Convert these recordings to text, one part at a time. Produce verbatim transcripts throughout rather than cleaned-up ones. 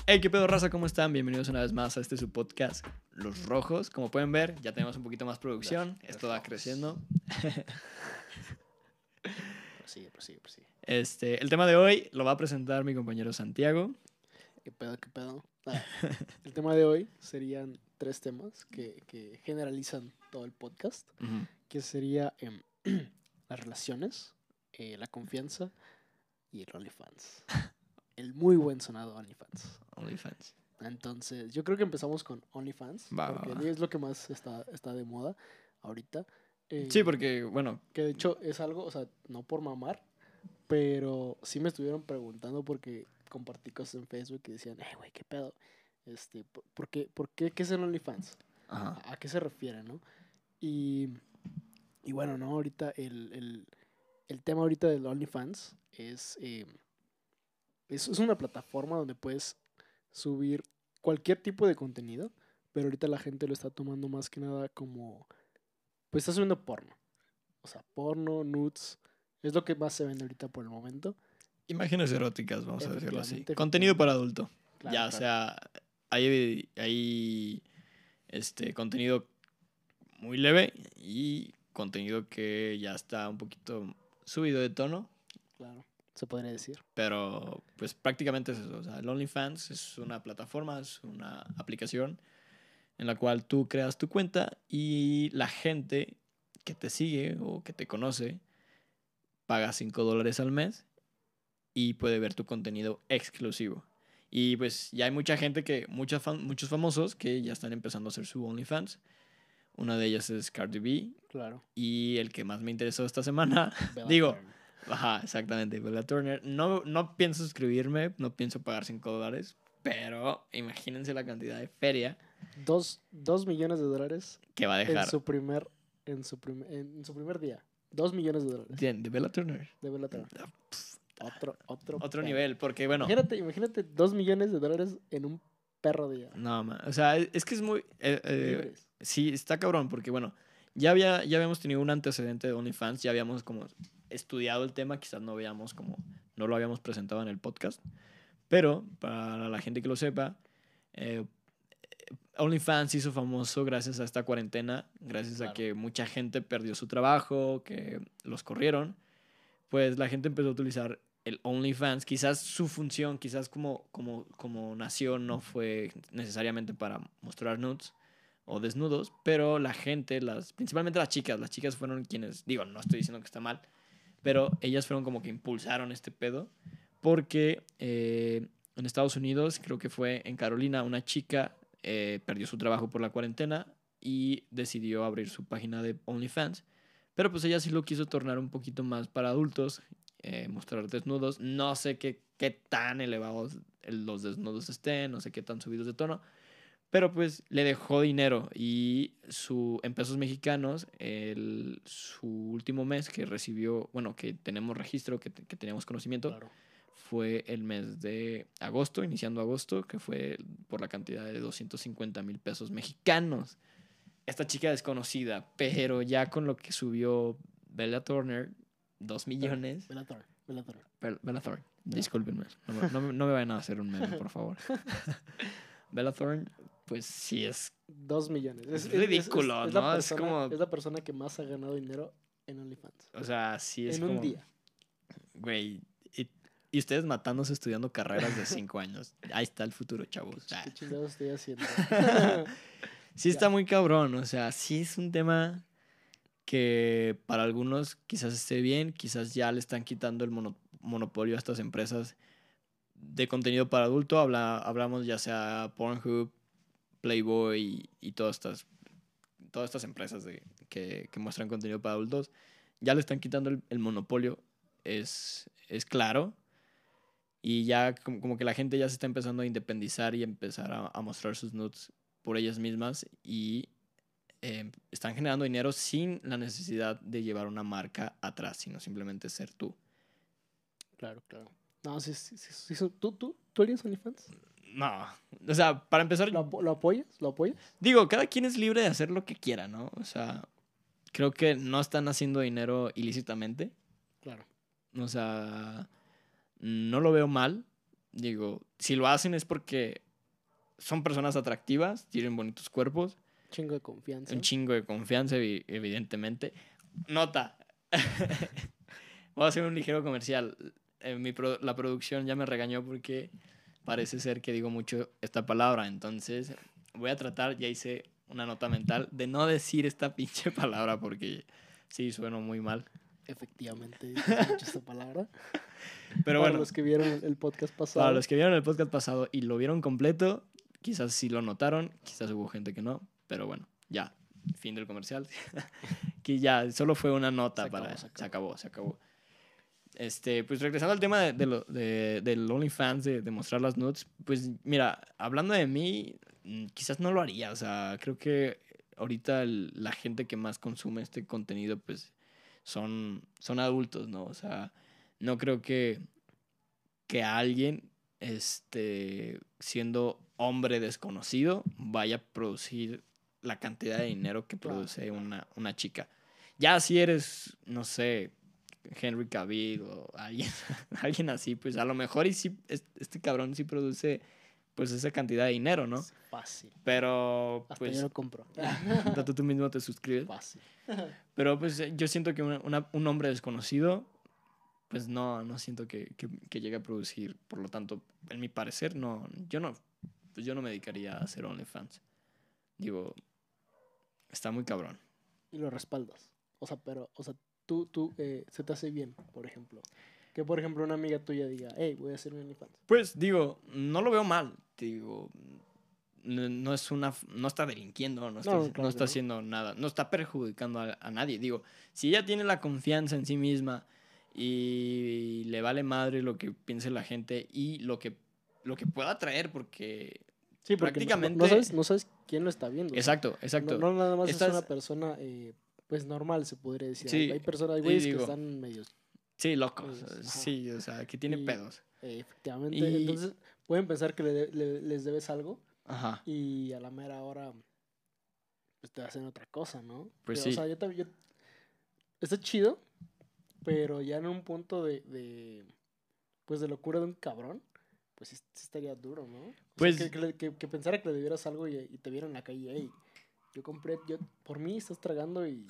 Hey, qué pedo, raza, ¿cómo están? Bienvenidos una vez más a este su podcast, Los Rojos. Como pueden ver, ya tenemos un poquito más producción. Los, Esto los va rojos. creciendo. Prosigue, prosigue, prosigue. Este, el tema de hoy lo va a presentar mi compañero Santiago. ¿Qué pedo, qué pedo? Ah, el tema de hoy serían tres temas que, que generalizan todo el podcast, Ujú. que sería em, las relaciones, eh, la confianza y el OnlyFans. El muy buen sonado OnlyFans. OnlyFans. Entonces, yo creo que empezamos con OnlyFans, Va, va, porque va. es lo que más está, está de moda ahorita. Eh, Sí, porque, bueno, Que de hecho es algo, o sea, no por mamar, pero sí me estuvieron preguntando porque compartí cosas en Facebook y decían, eh, güey, ¿qué pedo? Este, ¿por, por qué, por qué, qué es el OnlyFans? ajá. ¿A, a qué se refiere, no? Y, y bueno, ¿no? Ahorita el, el, el tema ahorita del OnlyFans es, eh, es, es una plataforma donde puedes subir cualquier tipo de contenido, pero ahorita la gente lo está tomando más que nada como, pues está subiendo porno. O sea, porno, nudes, es lo que más se vende ahorita por el momento. Imágenes eróticas, vamos a decirlo así. Efectivamente, Contenido para efectivamente. adulto. Claro, Ya claro. sea, hay, hay este, contenido muy leve y contenido que ya está un poquito subido de tono. Claro, se podría decir. Pero pues prácticamente es eso. O sea, el OnlyFans es una plataforma, es una aplicación en la cual tú creas tu cuenta y la gente que te sigue o que te conoce paga cinco dólares al mes y puede ver tu contenido exclusivo. Y pues ya hay mucha gente que, mucha fam- muchos famosos que ya están empezando a hacer su OnlyFans. Una de ellas es Cardi B. Claro. Y el que más me interesó esta semana, Bella digo, Thorne. ajá, exactamente, Bella Turner. No, no pienso suscribirme, no pienso pagar cinco dólares, pero imagínense la cantidad de feria Dos, dos millones de dólares que va a en dejar su primer, en su prim- en su primer día. Dos millones de dólares de, de Bella Turner. de Bella Thorne. Otro, otro, Otro pedo. nivel, porque bueno, Imagínate, imagínate dos millones de dólares en un perro día. no, ma, o sea, es que es muy... eh, eh, Libres. sí, está cabrón, porque bueno, ya, había, ya habíamos tenido un antecedente de OnlyFans, ya habíamos como estudiado el tema, quizás no veíamos como, no lo habíamos presentado en el podcast, pero para la gente que lo sepa, eh, OnlyFans hizo famoso gracias a esta cuarentena, gracias a Claro. que mucha gente perdió su trabajo, que los corrieron, pues la gente empezó a utilizar el OnlyFans. Quizás su función, quizás como, como, como nació, no fue necesariamente para mostrar nudes o desnudos, pero la gente, las, principalmente las chicas, las chicas fueron quienes, digo, no estoy diciendo que está mal, pero ellas fueron como que impulsaron este pedo, porque eh, en Estados Unidos, creo que fue en Carolina, una chica eh, perdió su trabajo por la cuarentena y decidió abrir su página de OnlyFans. Pero pues ella sí lo quiso tornar un poquito más para adultos, eh, mostrar desnudos. No sé qué, qué tan elevados los desnudos estén, no sé qué tan subidos de tono, pero pues le dejó dinero y su, en pesos mexicanos, el, su último mes que recibió, bueno, que tenemos registro, que, que teníamos conocimiento, Claro. fue el mes de agosto, iniciando agosto, que fue por la cantidad de doscientos cincuenta mil pesos mexicanos. Esta chica desconocida, pero ya con lo que subió Bella Turner, dos millones. Bella Thorne. Bella Thorne. Bella, Bella Thorne, Bella discúlpenme, no, me- no, me- no me vayan a hacer un meme, por favor. Bella Thorne, pues sí es, Dos millones. es Es, es- es- es- ridículo, es la ¿no? Es persona, como, es la persona que más ha ganado dinero en OnlyFans. o sea, sí es En un como, día. güey, y, y ustedes matándose estudiando carreras de cinco años. Ahí está el futuro, ¿Qué, chavos. ch- Ah. qué chingados estoy haciendo? Sí está Ya. muy cabrón, o sea, sí es un tema que para algunos quizás esté bien, quizás ya le están quitando el mono- monopolio a estas empresas de contenido para adulto. Habla, hablamos ya sea Pornhub, Playboy y, y todas estas, todas estas empresas de, que, que muestran contenido para adultos. Ya le están quitando el, el monopolio, es, es claro. Y ya como, como que la gente ya se está empezando a independizar y empezar a, a mostrar sus nudes por ellas mismas y eh, están generando dinero sin la necesidad de llevar una marca atrás, sino simplemente ser tú. Claro, claro. No, sí, sí, sí, sí, sí. ¿Tú, tú, tú harías OnlyFans? No, o sea, para empezar, ¿Lo, apo- lo apoyas? ¿Lo apoyas? digo, cada quien es libre de hacer lo que quiera, ¿no? O sea, creo que no están haciendo dinero ilícitamente. Claro. O sea, no lo veo mal. Digo, si lo hacen es porque son personas atractivas, tienen bonitos cuerpos. Chingo de confianza. Un chingo de confianza, evidentemente. Nota. Voy a hacer un ligero comercial. Eh, mi pro la producción ya me regañó porque parece ser que digo mucho esta palabra. Entonces voy a tratar, ya hice una nota mental, de no decir esta pinche palabra porque sí, sueno muy mal. Efectivamente, has dicho esta palabra. Pero para bueno, los que vieron el podcast pasado. Para los que vieron el podcast pasado y lo vieron completo, quizás sí lo notaron, quizás hubo gente que no, pero bueno, ya, fin del comercial. Que ya, solo fue una nota se para... Acabó, se, acabó. se acabó, se acabó. Este, pues regresando al tema de, de lo, de, del OnlyFans, de, de mostrar las nudes, pues mira, hablando de mí, quizás no lo haría, o sea, creo que ahorita el, la gente que más consume este contenido, pues son, son adultos, ¿no? O sea, no creo que, que alguien, este, siendo hombre desconocido, vaya a producir la cantidad de dinero que produce claro, claro. Una, una chica. Ya si eres, no sé, Henry Cavill o alguien, alguien así, pues a lo mejor y sí, este cabrón sí produce pues esa cantidad de dinero, ¿no? Es fácil. Pero hasta pues... yo lo compro. Tú, tú mismo te suscribes. Fácil. Pero pues yo siento que una, una, un hombre desconocido, pues no, no siento que, que, que llegue a producir. Por lo tanto, en mi parecer, no, yo no, pues yo no me dedicaría a hacer OnlyFans. Digo, está muy cabrón. Y lo respaldas. O sea, pero, o sea, tú, tú, eh, se te hace bien, por ejemplo. Que, por ejemplo, una amiga tuya diga, hey, voy a hacer un OnlyFans. Pues, digo, no lo veo mal. Digo, no, no es una... No está delinquiendo, no está, No, no, claro está que no. haciendo nada. No está perjudicando a, a nadie. Digo, si ella tiene la confianza en sí misma y le vale madre lo que piense la gente y lo que, lo que pueda traer, porque... Sí, porque prácticamente... no, no, sabes, no sabes quién lo está viendo. Exacto, o sea, exacto. No, no nada más Estás... es una persona, eh, pues, normal, se podría decir. Sí, hay, hay personas, hay y güeyes digo, que están medios... Sí, locos. medios, ajá. Sí, o sea, que tiene Y, pedos. eh, efectivamente. Y- Entonces, pueden pensar que le de- le- les debes algo Ajá, y a la mera hora, pues, te hacen otra cosa, ¿no? pues Pero, sí. O sea, yo también... yo- Está chido, pero ya en un punto de, de pues de locura de un cabrón, pues sí, sí estaría duro, ¿no? O Pues- sea, que, que, le- que- que pensara que le debieras algo y, y te viera en la calle, hey, yo compré, yo, por mí estás tragando y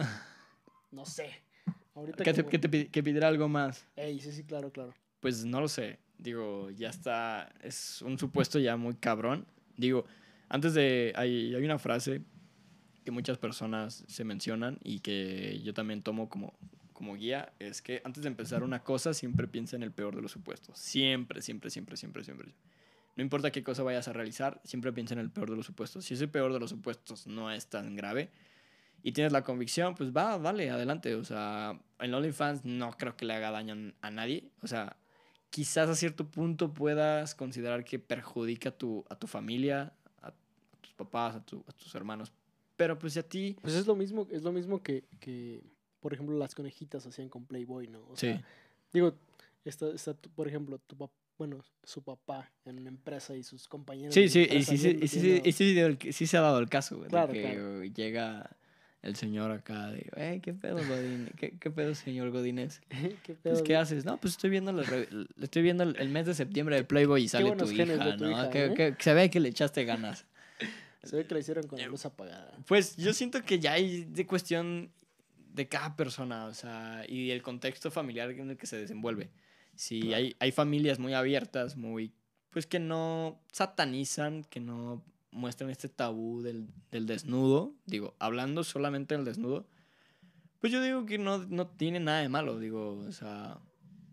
no sé. Ahorita ¿Qué te, como, que te pi- que pidiera algo más? hey, sí, sí, claro, claro. Pues no lo sé. Digo, ya está. Es un supuesto ya muy cabrón. Digo, antes de. Hay, hay una frase que muchas personas se mencionan y que yo también tomo como, como guía. Es que antes de empezar una cosa, siempre piensa en el peor de los supuestos. Siempre, siempre, siempre, siempre, siempre. No importa qué cosa vayas a realizar, siempre piensa en el peor de los supuestos. Si ese peor de los supuestos no es tan grave y tienes la convicción, pues va, vale, adelante. O sea, en OnlyFans no creo que le haga daño a nadie. O sea, quizás a cierto punto puedas considerar que perjudica a tu, a tu familia, a tus papás, a, tu, a tus hermanos. Pero pues si a ti... Pues es lo mismo, es lo mismo que, que, por ejemplo, las conejitas hacían con Playboy, ¿no? O sea, Sí. digo, está, está tu- por ejemplo, tu papá, bueno, su papá en una empresa y sus compañeros Sí, de sí, y empresa sí, sí, viendo- y sí, viendo- y sí, dio el- sí se ha dado el caso, güey, de Claro, que claro. llega el señor acá de, eh, ¿qué pedo, Godín? ¿Qué, qué pedo, señor Godínez? ¿Qué Pues, pedo, ¿qué güey? haces? No, pues estoy viendo, la re- estoy viendo el, el mes de septiembre de Playboy y sale tu buenos genes de hija, tu ¿no? hija, que, ¿eh? que- que se ve que le echaste ganas. Se ve que la hicieron con la luz apagada. Pues yo siento que ya hay de cuestión de cada persona, o sea, y el contexto familiar en el que se desenvuelve. Si Claro. hay, hay familias muy abiertas, muy, pues que no satanizan, que no muestran este tabú del, del desnudo, digo, hablando solamente del desnudo, pues yo digo que no, no tiene nada de malo, digo, o sea,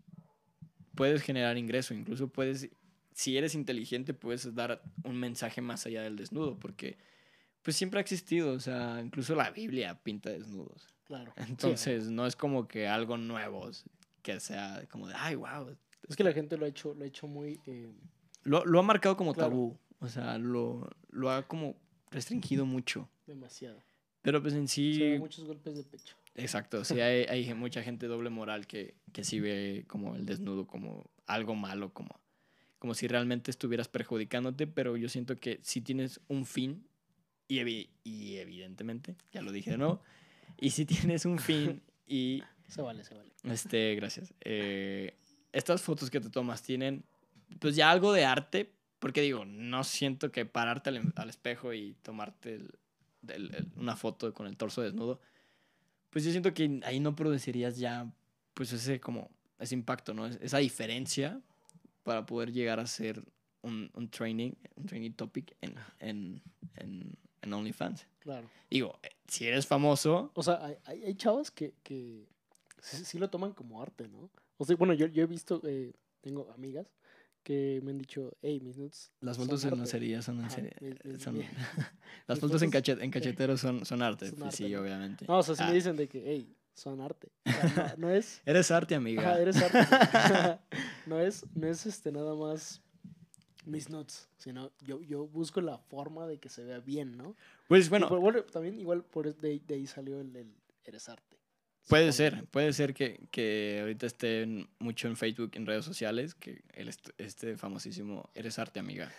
puedes generar ingreso, incluso puedes, si eres inteligente, puedes dar un mensaje más allá del desnudo, porque pues siempre ha existido, o sea, incluso la Biblia pinta desnudos. Claro. Entonces, Sí, no es como que algo nuevo, que sea como de, ay, wow. es que la gente lo ha hecho, lo ha hecho muy... eh, Lo, lo ha marcado como Claro. tabú, o sea, lo, lo ha como restringido mucho. demasiado. Pero pues en O sí, sea, muchos golpes de pecho. exacto, sí hay, hay mucha gente doble moral que, que sí ve como el desnudo como algo malo, como, como si realmente estuvieras perjudicándote, pero yo siento que si tienes un fin, y, evi- y evidentemente, ya lo dije de nuevo, y si tienes un fin y, Se vale, se vale. este, gracias, eh, estas fotos que te tomas tienen pues ya algo de arte, porque digo, no siento que pararte al, al espejo y tomarte el, el, el, una foto con el torso desnudo, pues yo siento que ahí no producirías ya, pues ese como, ese impacto, ¿no? Esa diferencia para poder llegar a ser un, un training, un training topic en, en, en, en OnlyFans. Claro. Digo, si eres famoso... O sea, hay, hay, hay chavos que, que sí, sí lo toman como arte, ¿no? O sea, bueno, yo, yo he visto, eh, tengo amigas que me han dicho, hey, mis nudes Las fotos son en arte. lencería son en Ajá, serie. mis- mis- Son, mi- las mis fotos en, fotos, cachet, en cacheteros son, son arte. son Pues arte, sí, ¿no? obviamente. No, o sea, sí Ah, me dicen de que, hey, son arte. O sea, no, no es... eres arte, amiga. Ajá, eres arte. amiga. No es, no es este, nada más mis nudes, sino yo, yo busco la forma de que se vea bien, ¿no? Pues Y bueno, por- bueno, también igual por es- de, de ahí salió el, el eres arte. puede supongo. ser, puede ser que, que ahorita esté en- mucho en Facebook, en redes sociales, que el est- este famosísimo eres arte, amiga.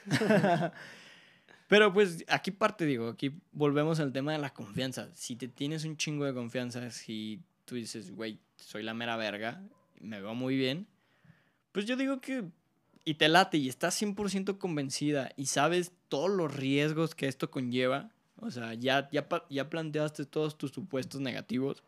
Pero pues aquí parte, digo, aquí volvemos al tema de la confianza. Si te tienes un chingo de confianza, si tú dices, güey, soy la mera verga, me veo muy bien, pues yo digo que, y te late y estás cien por ciento convencida y sabes todos los riesgos que esto conlleva, o sea, ya, ya, pa- ya planteaste todos tus supuestos negativos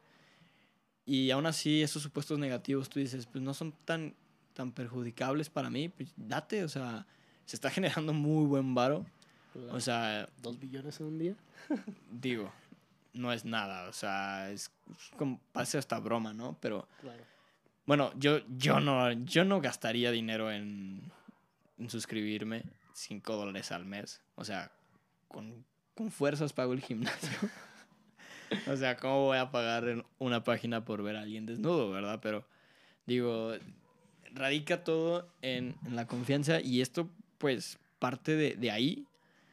y aún así esos supuestos negativos tú dices, pues no son tan, tan perjudicables para mí, pues date, o sea, se está generando muy buen varo. Claro. O sea, ¿Dos billones en un día? digo, no es nada, o sea, es como, parece hasta broma, ¿no? Pero Claro. bueno, yo, yo, no, yo no gastaría dinero en, en suscribirme cinco dólares al mes. O sea, con, con fuerzas pago el gimnasio. O sea, ¿cómo voy a pagar en una página por ver a alguien desnudo, verdad? Pero digo, radica todo en, en la confianza y esto pues parte de, de ahí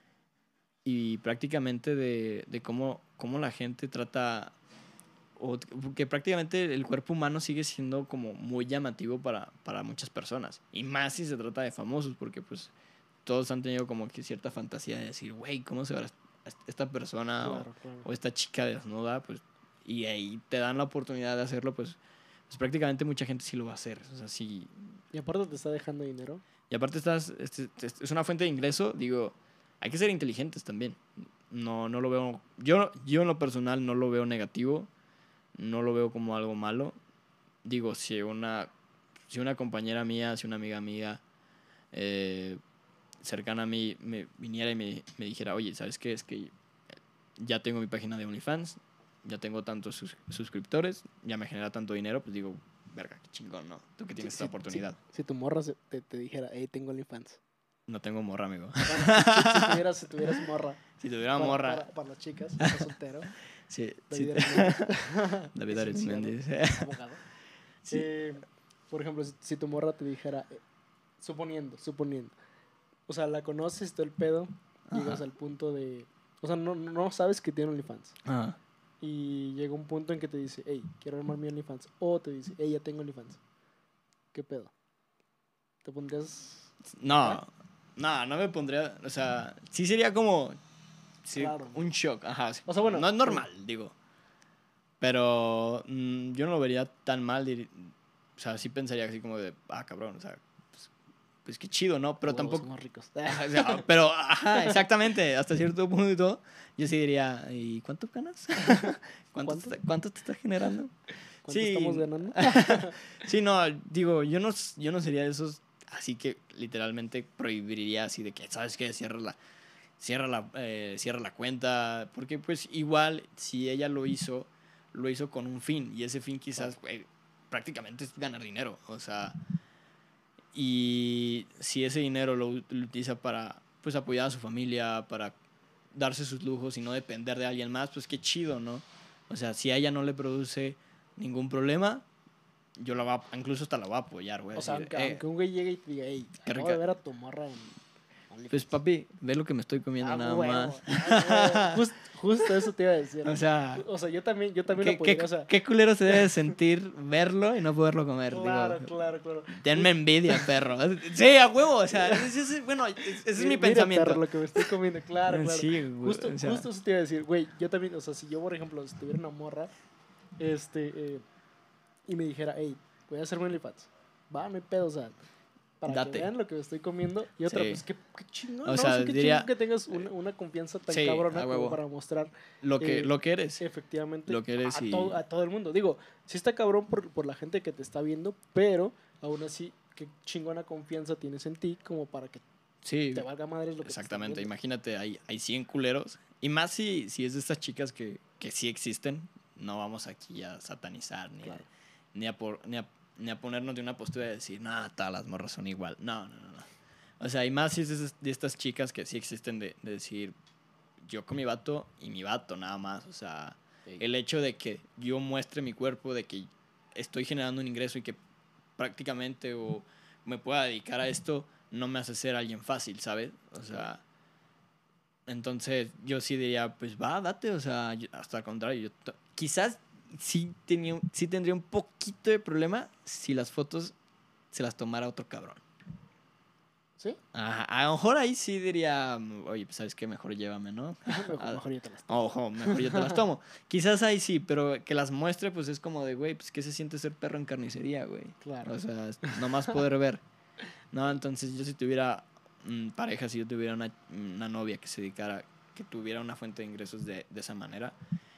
y prácticamente de, de cómo, cómo la gente trata, o que prácticamente el cuerpo humano sigue siendo como muy llamativo para, para muchas personas. Y más si se trata de famosos, porque pues todos han tenido como que cierta fantasía de decir, güey, ¿cómo se verá esta persona Claro, o, claro. o esta chica desnuda? Pues, y ahí te dan la oportunidad de hacerlo, pues, pues prácticamente mucha gente sí lo va a hacer. O sea, sí. Y aparte te está dejando dinero. Y aparte estás, este, es una fuente de ingreso, digo, hay que ser inteligentes también. No, no lo veo, yo, yo en lo personal no lo veo negativo, no lo veo como algo malo. Digo, si una, si una compañera mía, si una amiga mía eh, cercana a mí me viniera y me, me dijera, oye, ¿sabes qué? Es que ya tengo mi página de OnlyFans, ya tengo tantos sus, suscriptores, ya me genera tanto dinero, pues digo, verga, qué chingón, ¿no? Tú que tienes Si, esta si, oportunidad. si, si tu morra se- te, te dijera, hey, tengo OnlyFans. No tengo morra, amigo. Bueno, si, si, si tuvieras, si tuvieras morra. Si tuviera para, morra. Para, para las chicas, estás soltero. Sí, David sí. Arismendi. David Arismendi. Licenciado, abogado. Sí. Eh, por ejemplo, si, si tu morra te dijera, eh, suponiendo, suponiendo, o sea, la conoces, todo el pedo, llegas Ajá. al punto de, o sea, no, no sabes que tiene OnlyFans. Ajá. Y llega un punto en que te dice, hey, quiero armar mi OnlyFans. O te dice, hey, ya tengo OnlyFans. ¿Qué pedo? ¿Te pondrías...? No, no, no me pondría, o sea, sí sería como sí, Claro. un shock, ajá. O sea, bueno, no es normal, digo. Pero mm, yo no lo vería tan mal, dir- o sea, sí pensaría así como de, ah, cabrón, o sea, pues, pues qué chido, ¿no? Pero Huevos, tampoco, somos ricos. o sea, pero, ajá, exactamente, hasta cierto punto, yo sí diría, ¿y cuánto ganas? ¿Cuánto, ¿Cuánto? Te, está- ¿Cuánto te está generando? ¿Cuánto Sí. estamos ganando? Sí, no, digo, yo no, yo no sería de esos, así que literalmente prohibiría así de que, ¿sabes qué? Cierra la, cierra la, eh, cierra la cuenta, porque pues igual si ella lo hizo, lo hizo con un fin, y ese fin quizás güey, prácticamente es ganar dinero, o sea, y si ese dinero lo, lo utiliza para pues apoyar a su familia, para darse sus lujos y no depender de alguien más, pues qué chido, ¿no? O sea, si a ella no le produce ningún problema, yo la va, incluso hasta la voy a apoyar, güey. O sea, decir, aunque, eh, aunque un güey llegue y te diga, hey, qué acabo rica. de ver a tu morra en OnlyFans. Pues papi, ve lo que me estoy comiendo Ah, nada huevo, más. ah, huevo. Just- justo eso te iba a decir. O sea, O sea, yo también, yo también ¿qué, lo podría, qué, o sea... qué culero se debe sentir verlo y no poderlo comer? Claro, digo, claro, claro. Tenme envidia, perro. Sí, a huevo, o sea, ese, ese, bueno, ese es mi Mira, pensamiento. perro, lo que me estoy comiendo, claro, claro. Sí, güey, Justo, o sea, justo eso te iba a decir, güey, yo también, o sea, si yo, por ejemplo, si tuviera una morra, este, eh, y me dijera, hey, voy a hacerme OnlyFans, va, no hay pedo, o sea, para Date. que vean lo que me estoy comiendo. Y otra, Sí. pues qué, qué chingón, O ¿no? sea, Sí, qué diría- chingón que tengas una, una confianza tan Sí, cabrona a como huevo. para mostrar Lo que, eh, lo que eres. efectivamente Lo que eres a, y- todo, a todo el mundo. Digo, sí está cabrón por, por la gente que te está viendo, pero aún así, qué chingona confianza tienes en ti como para que Sí, te valga madres lo que te están exactamente. viendo. Imagínate, hay, hay cien culeros. Y más si, si es de estas chicas que, que sí existen. No vamos aquí a satanizar ni, Claro. a, ni, a por- ni, a, ni a ponernos de una postura de decir, no, todas las morras son igual. No, no, no, no. O sea, y más si es de, esas- de estas chicas que sí existen de, de decir, yo con mi vato y mi vato nada más. O sea, Ey. el hecho de que yo muestre mi cuerpo, de que estoy generando un ingreso y que prácticamente o me pueda dedicar a esto, no me hace ser alguien fácil, ¿sabes? O sea, entonces yo sí diría, pues va, date, o sea, yo- hasta al contrario, yo to- quizás sí, tenía, un- sí tendría un poquito de problema si las fotos se las tomara otro cabrón. ¿Sí? Ajá, a lo mejor ahí sí diría, oye, pues sabes qué, mejor llévame, ¿no? mejor, Ah, mejor yo te las tomo. Ojo, mejor yo te las tomo. Quizás ahí sí, pero que las muestre, pues es como de, güey, pues qué se siente ser perro en carnicería, güey. Claro. O sea, es nomás poder ver. No, entonces yo si tuviera mm, pareja, si yo tuviera una, una novia que se dedicara, que tuviera una fuente de ingresos de, de esa manera,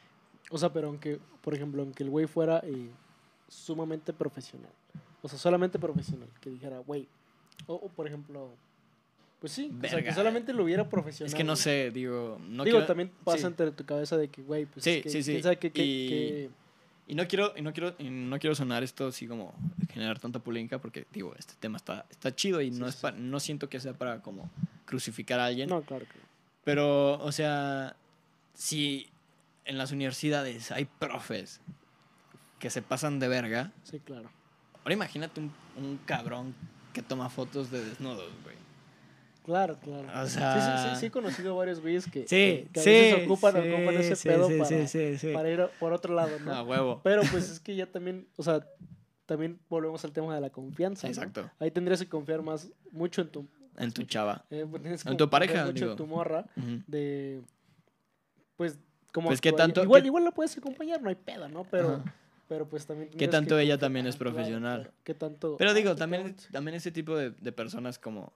O sea, pero aunque, por ejemplo, aunque el güey fuera eh, sumamente profesional. O sea, solamente profesional. Que dijera, güey. O, o, por ejemplo, pues sí, o sea, Verga. que solamente lo hubiera profesional. es que no güey. sé, digo, no Digo, quiero- también pasa sí. entre tu cabeza de que, güey, pues Sí, es que, sí, sí. quién sabe qué, qué- Y- qué- Y no quiero, y no quiero, y no quiero sonar esto así como generar tanta polémica porque digo, este tema está, está chido y Sí, no sí, es sí. pa- no siento que sea para como crucificar a alguien. No, claro que no. Pero, o sea, si en las universidades hay profes que se pasan de verga, Sí, claro. ahora imagínate un, un cabrón que toma fotos de desnudos, güey. Claro, claro. O Sí, sea- sí, sí, sí he conocido varios güeyes que, Sí, que, que a sí, veces ocupan, sí, ocupan ese sí, pedo sí, para, sí, sí, sí. para ir a- por otro lado, ¿no? A huevo. Pero pues es que ya también, o sea, también volvemos al tema de la confianza, ¿no? Exacto. Ahí tendrías que confiar más, mucho en tu... En tu mucho, chava. eh, pues tienes que En tu confiar pareja, mucho digo. en tu morra Ujú. de, pues, como Pues, ¿qué actúa ella. tanto- Igual, qué- igual la puedes acompañar, no hay pedo, ¿no? Pero, Ajá. pero pues también ¿Qué tendrías tanto que ella confiar- también es Ajá, claro, profesional? claro. ¿Qué tanto? Pero digo, Ah, también, efectivamente. también ese tipo de, de personas como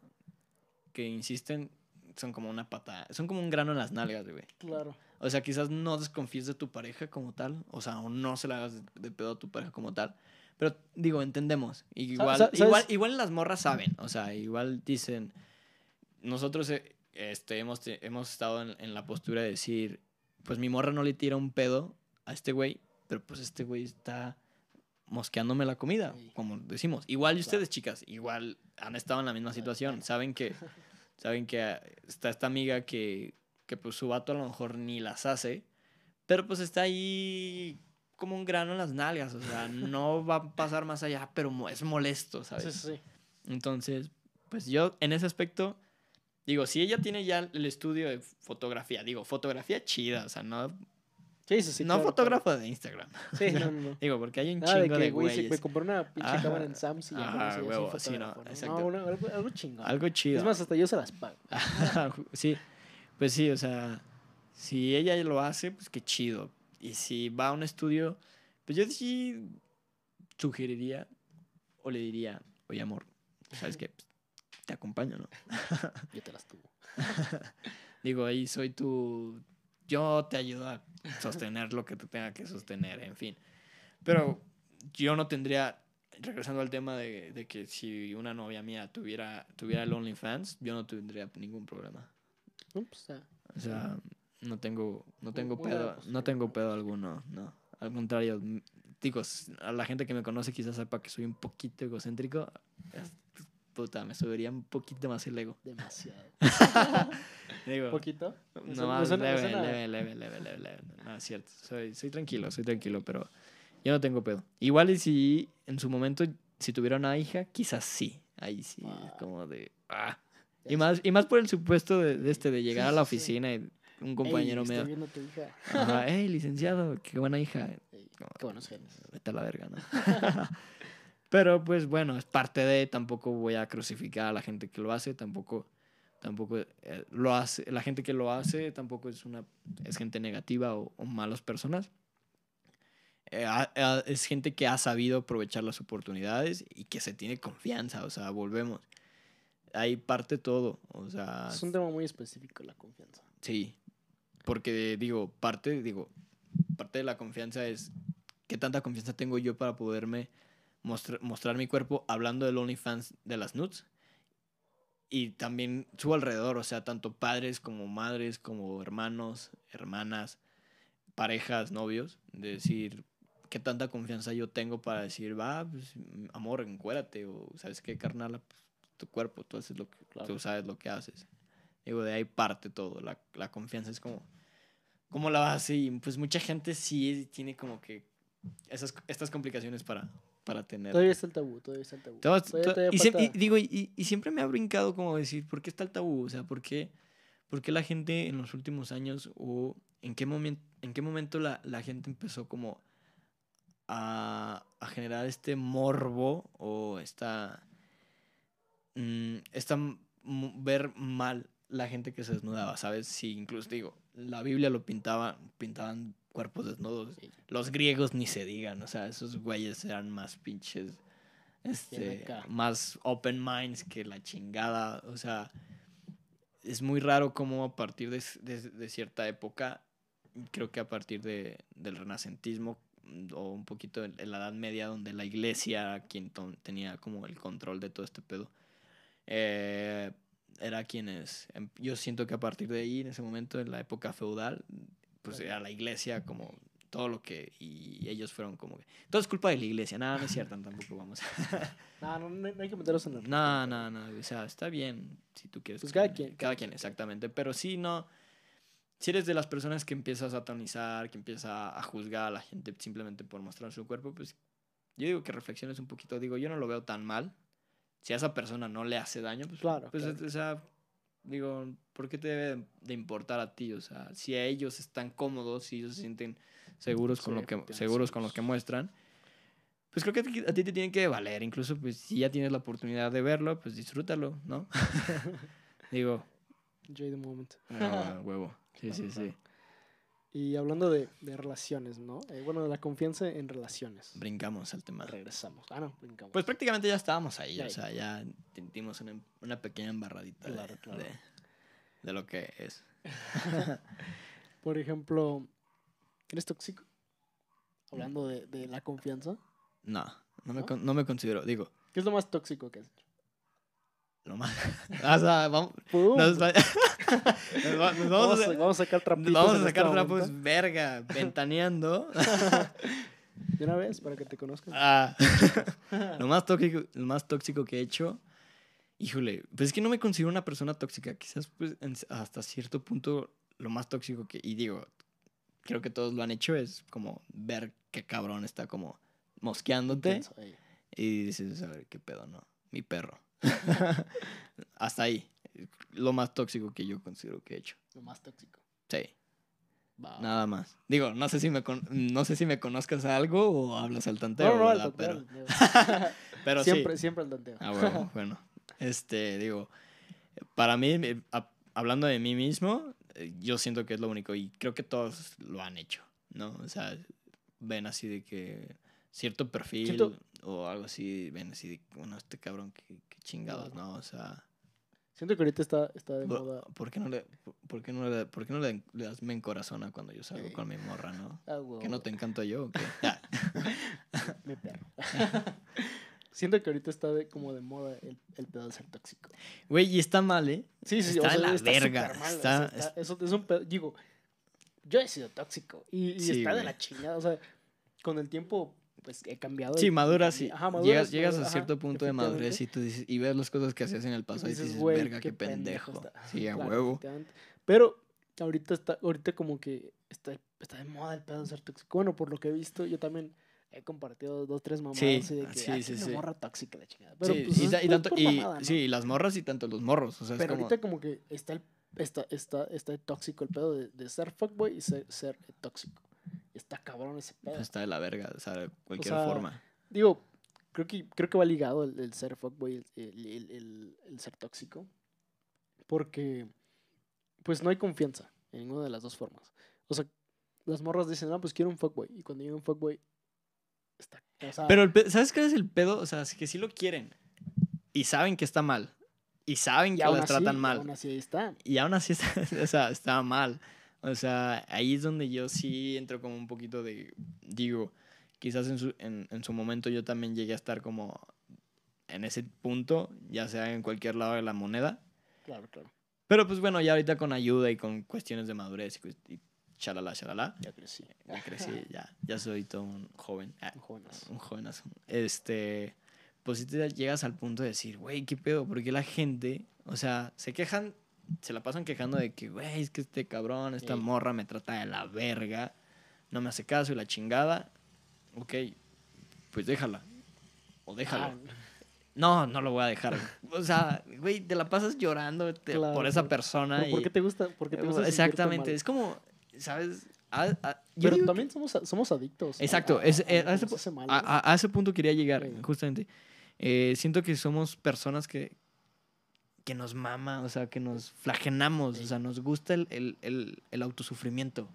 que insisten son como una pata, son como un grano en las nalgas, güey. Claro. O sea, quizás no desconfíes de tu pareja como tal, o sea, o no se la hagas de, de pedo a tu pareja como tal. Pero digo, entendemos. Igual, sa- ¿sabes? igual, igual las morras saben, o sea, igual dicen, nosotros eh, este, hemos, te- hemos estado en, en la postura de decir, pues mi morra no le tira un pedo a este güey, pero pues este güey está mosqueándome la comida, Sí. como decimos. Igual y ustedes, Claro. chicas, igual han estado en la misma Claro, situación. claro. Saben que, saben que ah, está esta amiga que, que pues su vato a lo mejor ni las hace, pero pues está ahí como un grano en las nalgas, o sea, no va a pasar más allá, pero mo- es molesto, ¿sabes? Sí, sí, sí. Entonces, pues yo en ese aspecto, digo, si ella tiene ya el estudio de fotografía, digo, fotografía chida, o sea, no, Sí, sí, sí, no claro, fotógrafo de Instagram. claro. Sí, no, no, no. Digo, porque hay un Nada de chingo que, de güey, sí, güeyes. me compré una pinche Ajá. cámara en Sam's y ya con Ajá, eso ya soy huevo, sí, no, fotógrafo, ¿no? exacto. No, una- algo, algo chingón. Algo chido. Es más, hasta yo se las pago. Sí, pues sí, o sea, si ella lo hace, pues qué chido. Y si va a un estudio, pues yo sí sugeriría o le diría, oye, amor, ¿sabes qué? Pues, te acompaño, ¿no? Yo te las tuvo. Digo, ahí soy tu... Yo te ayudo a sostener lo que tú tengas que sostener, en fin. Pero yo no tendría... Regresando al tema de, de que si una novia mía tuviera, tuviera el OnlyFans, yo no tendría ningún problema. No, pues, ah, O sea, no tengo, no tengo Muy buena pedo, postura, no tengo ¿no? pedo alguno, no. Al contrario, m- digo, s- a la gente que me conoce quizás sepa que soy un poquito egocéntrico. Es- puta, me subiría un poquito más el ego. demasiado. Digo, ¿Poquito? Me no suena- más me suena- me leve, suena- leve, leve, leve, leve, leve. No, es cierto. Soy, soy tranquilo, soy tranquilo, pero yo no tengo pedo. Igual y si en su momento, si tuviera una hija, quizás sí. Ahí sí, es Ah. como de... Ah. Ya Y más, y más por el supuesto de, de este, de Sí, llegar a la sí, sí. oficina y un Ey, compañero estoy me... viendo a tu hija. Ajá, hey, licenciado, qué buena hija. Ey, qué buenos genes. Vete a la verga, ¿no? Pero pues bueno, es parte de, tampoco voy a crucificar a la gente que lo hace, tampoco, tampoco eh, lo hace, la gente que lo hace tampoco es una, es gente negativa o, o malas personas. eh, ha- ha- es gente que ha sabido aprovechar las oportunidades y que se tiene confianza, o sea, volvemos. Ahí parte todo, o sea, Es un tema muy específico la confianza. sí, porque digo, parte, digo, parte de la confianza es qué tanta confianza tengo yo para poderme mostrar, mostrar mi cuerpo hablando del OnlyFans de las nudes y también su alrededor, o sea, tanto padres como madres, como hermanos, hermanas, parejas, novios, de decir qué tanta confianza yo tengo para decir, va, pues, amor, encuérate, o sabes qué, carnal, pues, tu cuerpo, tú haces lo que, Claro. tú sabes lo que haces. Digo, de ahí parte todo, la, la confianza es como, como la base y pues mucha gente sí tiene como que esas, estas complicaciones para, para tener. Todavía está el tabú, todavía está el tabú. Todo- Todavía, todo- todavía y, siem- falta- y digo, y, y siempre me ha brincado como decir, ¿por qué está el tabú? O sea, ¿por qué, por qué la gente en los últimos años o en qué momento, en qué momento la, la gente empezó como a, a generar este morbo o esta, mm, esta m- ver mal la gente que se desnudaba, ¿sabes? Sí, incluso digo, la Biblia lo pintaba, pintaban cuerpos desnudos. Sí. Los griegos ni se digan, o sea, esos güeyes eran más pinches, Bien este, acá. más open minds que la chingada, o sea, es muy raro cómo a partir de, de- de cierta época, creo que a partir de, del renacentismo mm, o un poquito en, en la Edad Media, donde la iglesia, quien to- tenía como el control de todo este pedo, eh, era quienes, em, yo siento que a partir de ahí, en ese momento, en la época feudal, pues era la iglesia como todo lo que, y ellos fueron como que, todo es culpa de la iglesia, nada, no es cierto, tampoco vamos a... No, no, no, no hay que meterlos en el No, no, no, o sea, está bien si tú quieres. Pues que- cada quien, Cada, cada quien, quien. exactamente. Pero sí, no. Si eres de las personas que empieza a satanizar, que empieza a juzgar a la gente simplemente por mostrar su cuerpo, pues yo digo que reflexiones un poquito. Digo, yo no lo veo tan mal. Si a esa persona no le hace daño, pues, Claro, pues claro. o sea, digo, ¿por qué te debe de importar a ti? O sea, si a ellos están cómodos, si ellos se sienten seguros con Sí, lo que efectivamente, seguros sí. con lo que muestran, pues creo que a ti, a ti te tienen que valer. Incluso, pues, si ya tienes la oportunidad de verlo, pues disfrútalo, ¿no? Digo, Enjoy the moment. ah, huevo. Sí, sí, sí. Y hablando de, de relaciones, ¿no? Eh, bueno, de la confianza en relaciones. Brincamos al tema. Regresamos. Ah, no, brincamos. Pues prácticamente ya estábamos ahí, Ya o ahí. sea, ya dimos una, una pequeña embarradita de- Claro, claro. De, de lo que es. Por ejemplo, ¿eres tóxico? Hablando de, de la confianza. No, no me, ¿No? con- no me considero, digo, ¿Qué es lo más tóxico que has hecho? lo más... o sea, vamos... ¡Pum! Nos, va- nos va- nos vamos, vamos, a, a, vamos a sacar trapitos. vamos a en este sacar trapos, momento. verga, ventaneando. De una vez, para que te conozcan. Ah, lo más tóxico, lo más tóxico que he hecho, híjole, pues es que no me considero una persona tóxica, quizás pues en- hasta cierto punto lo más tóxico que, y digo, creo que todos lo han hecho, es como ver qué cabrón está como mosqueándote Intenso, ey. y dices, a ver, qué pedo, ¿no? Mi perro. Hasta ahí, lo más tóxico que yo considero que he hecho. Lo más tóxico. Sí, Va. nada más. Digo, no sé si me, con- no sé si me conozcas algo o hablas al tanteo, No, no, el ¿verdad? tanteo, Pero, el tanteo. pero siempre, sí. siempre el tanteo. Ah, bueno, bueno. Este, digo, para mí, eh, a- hablando de mí mismo, eh, yo siento que es lo único y creo que todos lo han hecho, ¿no? O sea, ven así de que cierto perfil Siento- o algo así, ven así de, bueno, este cabrón, qué, qué chingados, Claro. ¿no? O sea, Siento que ahorita está, está de ¿por, moda. por qué no le, por, por qué no le, por qué no le, le das me encorazona cuando yo salgo Ey. con mi morra, ¿no? Ah, huevo. ¿Que no te encanto yo o qué? Ah, Mi perro. Siento que ahorita está de, como de moda el, el pedo de ser tóxico. Güey, y está mal, ¿eh? Sí, sí, sí. Está o sea, de la está verga. súper mal, o Está- sea, está- eso es un pedo. Digo, yo he sido tóxico y, y Sí, está de güey. la chingada. O sea, con el tiempo, pues he cambiado. Sí, y- maduras y- y ajá, maduras, llegas, llegas a maduras, cierto ajá, punto de madurez y tú dices, y ves las cosas que hacías en el pasado y dices, "Güey, verga, qué, pendejo. está". Sí, a Claro, huevo. efectivamente. Pero ahorita está, ahorita como que está, está de moda el pedo de ser tóxico. Bueno, por lo que he visto, yo también he compartido dos, tres mamadas Sí, así de que sí, "Ah, sí, tiene sí. morra tóxica la chingada". Pero Sí, pues y, es ta- y por- tanto, por y, mamada, ¿no? sí, y las morras y tanto los morros. O sea, Pero es como, ahorita como que está el, está, está, está tóxico el pedo de, de ser fuckboy y ser, ser tóxico. Y está cabrón ese pedo. pues, está de la verga, o sea, de cualquier sea, forma. Digo, creo que, creo que va ligado el, el ser fuckboy, el, el, el, el- el ser tóxico. Porque, pues no hay confianza en ninguna de las dos formas. O sea, las morras dicen, ah, pues quiero un fuckboy. Y cuando llega un fuckboy, Está, o sea, Pero, el pe- ¿sabes qué es el pedo? O sea, es que sí lo quieren. Y saben que está mal. Y saben y que aún las así, tratan y mal. aún así ahí están. Y aún así está, o sea, está mal. O sea, ahí es donde yo sí entro como un poquito de, digo, quizás en su, en, en su momento yo también llegué a estar como en ese punto, ya sea en cualquier lado de la moneda. Claro, claro. Pero pues bueno, ya ahorita con ayuda y con cuestiones de madurez y, cuest- y chalala, chalala, Ya crecí. ya crecí, ya, ya soy todo un joven. Ah, Un jovenazo. un jovenazo. Este, pues si te llegas al punto de decir, güey, ¿qué pedo? ¿Por qué la gente, o sea, se quejan, se la pasan quejando de que, güey, es que este cabrón, esta Ey. morra me trata de la verga, no me hace caso y la chingada? Ok, pues déjala. O déjalo. Ah, No, no lo voy a dejar. O sea, güey, te la pasas llorando te- claro, por esa claro. persona. ¿Pero ¿Por y, qué te gusta? ¿Por qué te gusta sentirte Exactamente, mal? es como, ¿sabes? A- a- yo Pero digo también que- somos, somos adictos. a- Exacto, a, es, a eh, lo a, que ese, nos pu- hace mal, a- ¿no? a- a ese punto quería llegar, Ey. justamente. Eh, siento que somos personas que, que nos mama, o sea, que nos flagelamos, o Ey. sea, nos gusta el, el, el, el autosufrimiento.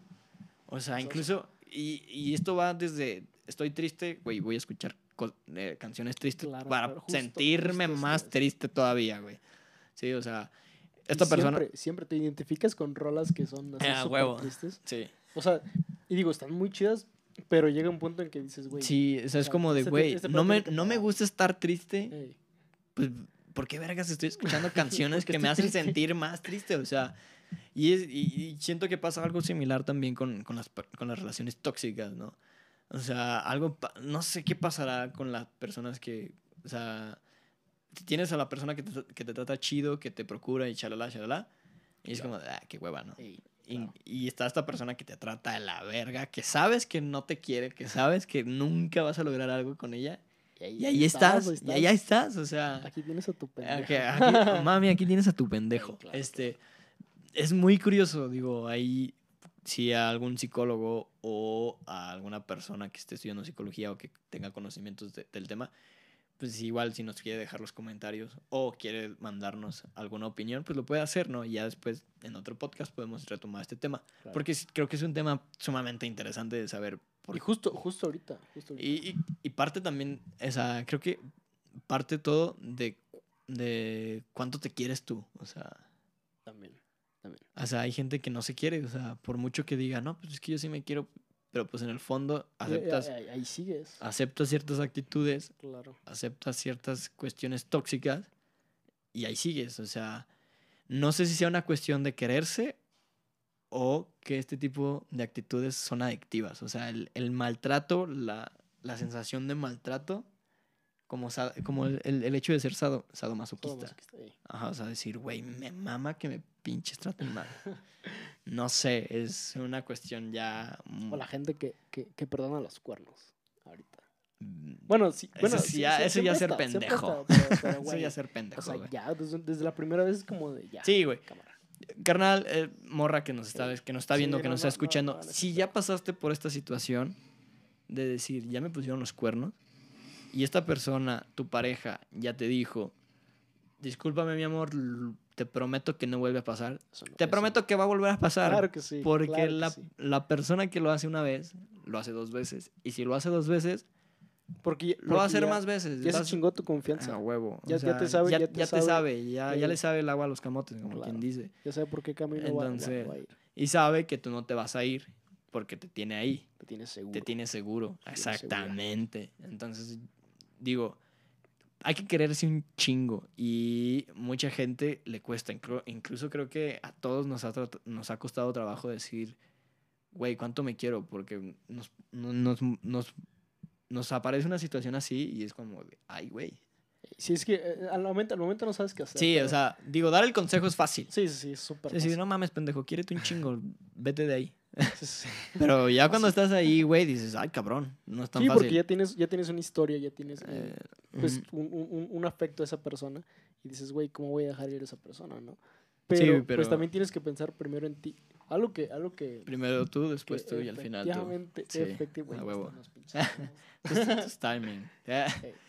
O sea, Eso- incluso, y, y esto va desde, estoy triste, güey, voy a escuchar co- eh, canciones tristes Claro, para claro, justo, sentirme justo más esto es. triste todavía, güey. Sí, o sea, Y esta persona... siempre, siempre te identificas con rolas que son así Ah, súper huevo. tristes. Sí. O sea, y digo, están muy chidas, pero llega un punto en que dices, güey. Sí, o sea, o es sea, como de, este- güey, este no pedo me, tiene que no me parar. gusta estar triste, Ey. pues, ¿por qué vergas estoy escuchando canciones Porque que me estoy hacen triste. sentir más triste? O sea, y, es, y, y siento que pasa algo similar también con, con, las, per- con las relaciones tóxicas, ¿no? O sea, algo, pa- no sé qué pasará con las personas que, o sea, si tienes a la persona que te, que te trata chido, que te procura y chalala, chalala, y es Claro. como, de, ah, qué hueva, ¿no? Ey, Y, claro. y está esta persona que te trata de la verga, que sabes que no te quiere, que sabes que nunca vas a lograr algo con ella. Y ahí, Y ahí estás, ahí y ahí estás, o sea, Aquí tienes a tu pendejo. aquí, aquí- mami, aquí tienes a tu pendejo. Ey, claro, este, es muy curioso, digo, ahí si a algún psicólogo o a alguna persona que esté estudiando psicología o que tenga conocimientos de- del tema, pues igual si nos quiere dejar los comentarios o quiere mandarnos alguna opinión, pues lo puede hacer, ¿no? Y ya después en otro podcast podemos retomar este tema, Claro. porque sí- creo que es un tema sumamente interesante de saber. Por Y justo, justo ahorita, justo ahorita. y, y, y parte también, esa, creo que parte todo de, de cuánto te quieres tú. O sea, También, también. o sea, hay gente que no se quiere. O sea, por mucho que diga, no, pues es que yo sí me quiero. Pero pues en el fondo Y- y- aceptas, ahí, ahí sigues. aceptas ciertas actitudes, Claro. aceptas ciertas cuestiones tóxicas y ahí sigues. O sea, no sé si sea una cuestión de quererse o que este tipo de actitudes son adictivas. O sea, el, el maltrato, la, la sensación de maltrato, como, sa- como el, el- el hecho de ser sado, Todo sadomasoquista. masoquista, ey. Ajá, o sea, decir, güey, me mama que me pinches traten mal. No sé, es una cuestión ya... mm, O la gente que, que, que perdona los cuernos. Ahorita. mm, Bueno, sí. Eso Bueno, sí sí, ya- sí, eso ya siempre ser está, siempre pendejo. está, pero- pero, Eso güey, ya ser O pendejo, sea, güey. ya, desde, desde la primera vez es como de ya. Sí, güey. Cámara. Carnal, eh, morra que nos está, Sí. que nos está Sí, viendo, que no, nos no, está no, escuchando, no, no, si no. ya pasaste por esta situación de decir, ya me pusieron los cuernos, y esta persona, tu pareja, ya te dijo, discúlpame mi amor, l- te prometo que no vuelve a pasar, Eso no- te eso prometo no. que va a volver a pasar, Claro que sí. porque claro que la, sí. la persona que lo hace una vez, lo hace dos veces, y si lo hace dos veces, Porque, lo va a porque hacer ya- más veces. Ya se vas- chingó tu confianza. A huevo. Ya- o ya te sea, sabe, ya, ya te ya te sabe, sabe, ya, ya eh, le sabe el agua a los camotes, como claro. quien dice. Ya sabe por qué camino va- va, Entonces, va a ir. y sabe que tú no te vas a ir porque te tiene ahí, Te tienes seguro. te tiene seguro. Te tiene seguro. Exactamente. Entonces, digo, hay que quererse un chingo y mucha gente le cuesta. Inclu- Incluso creo que a todos nos ha, trat- nos ha costado trabajo decir, güey, ¿cuánto me quiero? Porque nos, no- nos, nos, nos aparece una situación así y es como, de, ay, güey. Sí, es que eh, al momento, al momento no sabes qué hacer. Sí, pero- o sea, digo, dar el consejo es fácil. Sí, sí, sí, es súper Sí, sí, fácil. no mames, pendejo, quiérete un chingo, vete de ahí. Sí, sí. Pero ya cuando estás ahí, güey, dices, ay, cabrón, no es tan Sí, fácil. porque ya tienes, ya tienes una historia, ya tienes eh, Eh, pues, ujú. un, un- un- un afecto a esa persona y dices, güey, ¿cómo voy a dejar ir a esa persona, no? Pero, pero- pues también tienes que pensar primero en ti. Algo que, algo que, Primero tú, que después tú y al final tú. efectivamente, Sí, efectivamente, a huevo. están los pinches cuernos. Just, just timing. Yeah.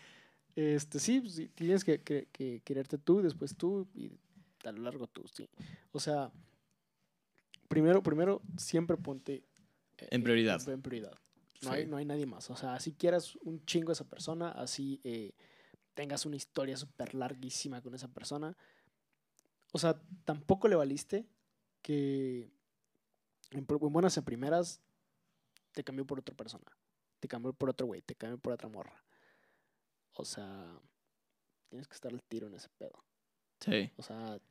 Este, sí, pues, sí, tienes que, que- que quererte tú, después tú y a lo largo tú, sí. O sea, primero, primero siempre ponte eh, En prioridad. En, en prioridad. No, Sí. hay, no hay nadie más. O sea, así quieras un chingo a esa persona, así eh, tengas una historia súper larguísima con esa persona. O sea, tampoco le valiste que en, pr- en buenas en primeras te cambió por otra persona. Te cambió por otro güey, te cambió por otra morra. O sea, tienes que estar al tiro en ese pedo. Sí. O sea,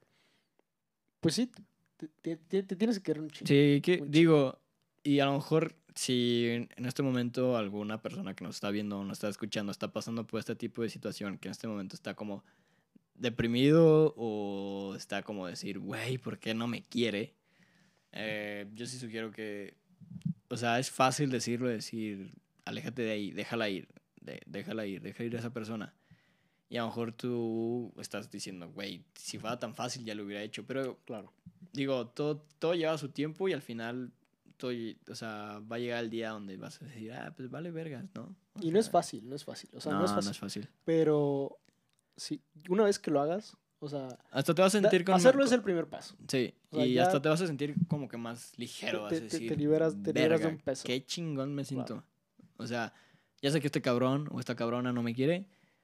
pues sí, te, te- te- te tienes que querer un chingo. Sí, que Un chingo. digo, y a lo mejor si en en este momento alguna persona que nos está viendo o nos está escuchando está pasando por este tipo de situación, que en este momento está como deprimido o está como decir, güey, ¿por qué no me quiere? Eh, yo sí sugiero que, o sea, es fácil decirlo, decir, aléjate de ahí, déjala ir, de- déjala ir, deja ir a esa persona. Y a lo mejor tú estás diciendo, güey, si fuera tan fácil ya lo hubiera hecho, pero Claro. digo, todo, todo lleva su tiempo y al final, todo, lle- o sea, va a llegar el día donde vas a decir, ah, pues vale vergas, ¿no? O Y no es sea, fácil, no es fácil. O sea, no es no, no fácil. es fácil. Pero sí, una vez que lo hagas, o sea, Hasta te vas a da- sentir con... hacerlo es con- el primer paso. Sí, O sea, y ya hasta te vas a sentir como que más ligero, te, vas a te- te- decir, te liberas, te liberas de verga, un peso. qué chingón me Claro. siento. O sea, ya sé que este cabrón o esta cabrona no me quiere,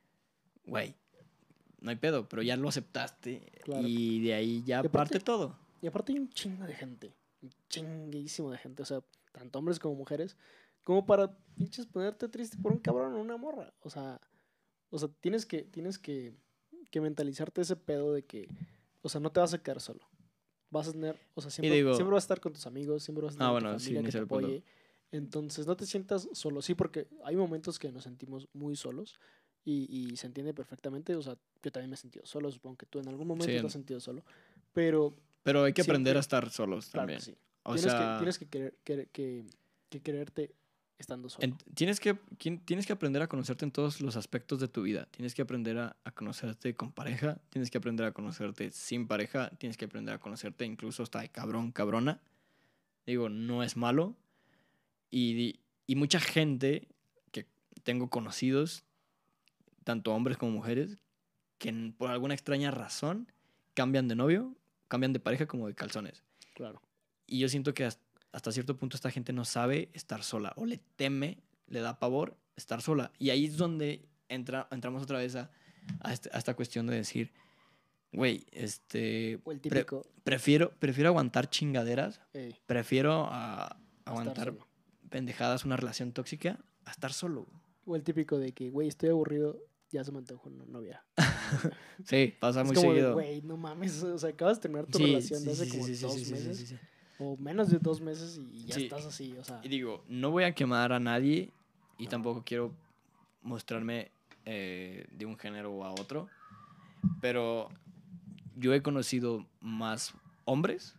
güey, no hay pedo, pero ya lo aceptaste Claro. y de ahí ya Y aparte- parte todo. Y aparte hay un chingo de gente. Un chinguísimo de gente. O sea, tanto hombres como mujeres. Como para pinches ponerte triste por un cabrón o una morra. O sea, o sea, tienes que, tienes que, que mentalizarte ese pedo de que, o sea, no te vas a quedar solo. Vas a tener, o sea, siempre, digo- siempre vas a estar con tus amigos, siempre vas a tener Ah, a bueno, tu sí, familia ni que se te lo puedo. apoye. Entonces, no te sientas solo. Sí, porque hay momentos que nos sentimos muy solos y, y se entiende perfectamente. O sea, yo también me he sentido solo. Supongo que tú en algún momento Sí, te has sentido solo. Pero, Pero hay que Siempre- aprender a estar solos claro también. que sí. O Tienes, sea, que, tienes que, querer, que, que, que quererte estando solo. en- tienes, que, quien- tienes que aprender a conocerte en todos los aspectos de tu vida. Tienes que aprender a, a conocerte con pareja, tienes que aprender a conocerte sin pareja, tienes que aprender a conocerte incluso hasta de cabrón, cabrona. Digo, no es malo. Y, y mucha gente que tengo conocidos, tanto hombres como mujeres, que en- por alguna extraña razón cambian de novio, cambian de pareja como de calzones. Claro. Y yo siento que has- hasta cierto punto esta gente no sabe estar sola o le teme, le da pavor estar sola. Y ahí es donde entra, entramos otra vez a, a, este- a esta cuestión de decir, güey, este, O el pre- típico, prefiero, prefiero aguantar chingaderas, eh, prefiero a, estar aguantar solo. pendejadas, una relación tóxica, a estar solo. O el típico de que, güey, estoy aburrido, ya se me antojó una novia. Sí, pasa Es muy como de, seguido. güey, no mames, o sea, acabas de terminar tu Sí, relación sí, de hace sí, como sí, sí, dos sí, sí, meses sí, sí. o menos de dos meses y ya Sí. estás así, o sea, Y digo, no voy a quemar a nadie y No. tampoco quiero mostrarme eh, de un género a otro, pero yo he conocido más hombres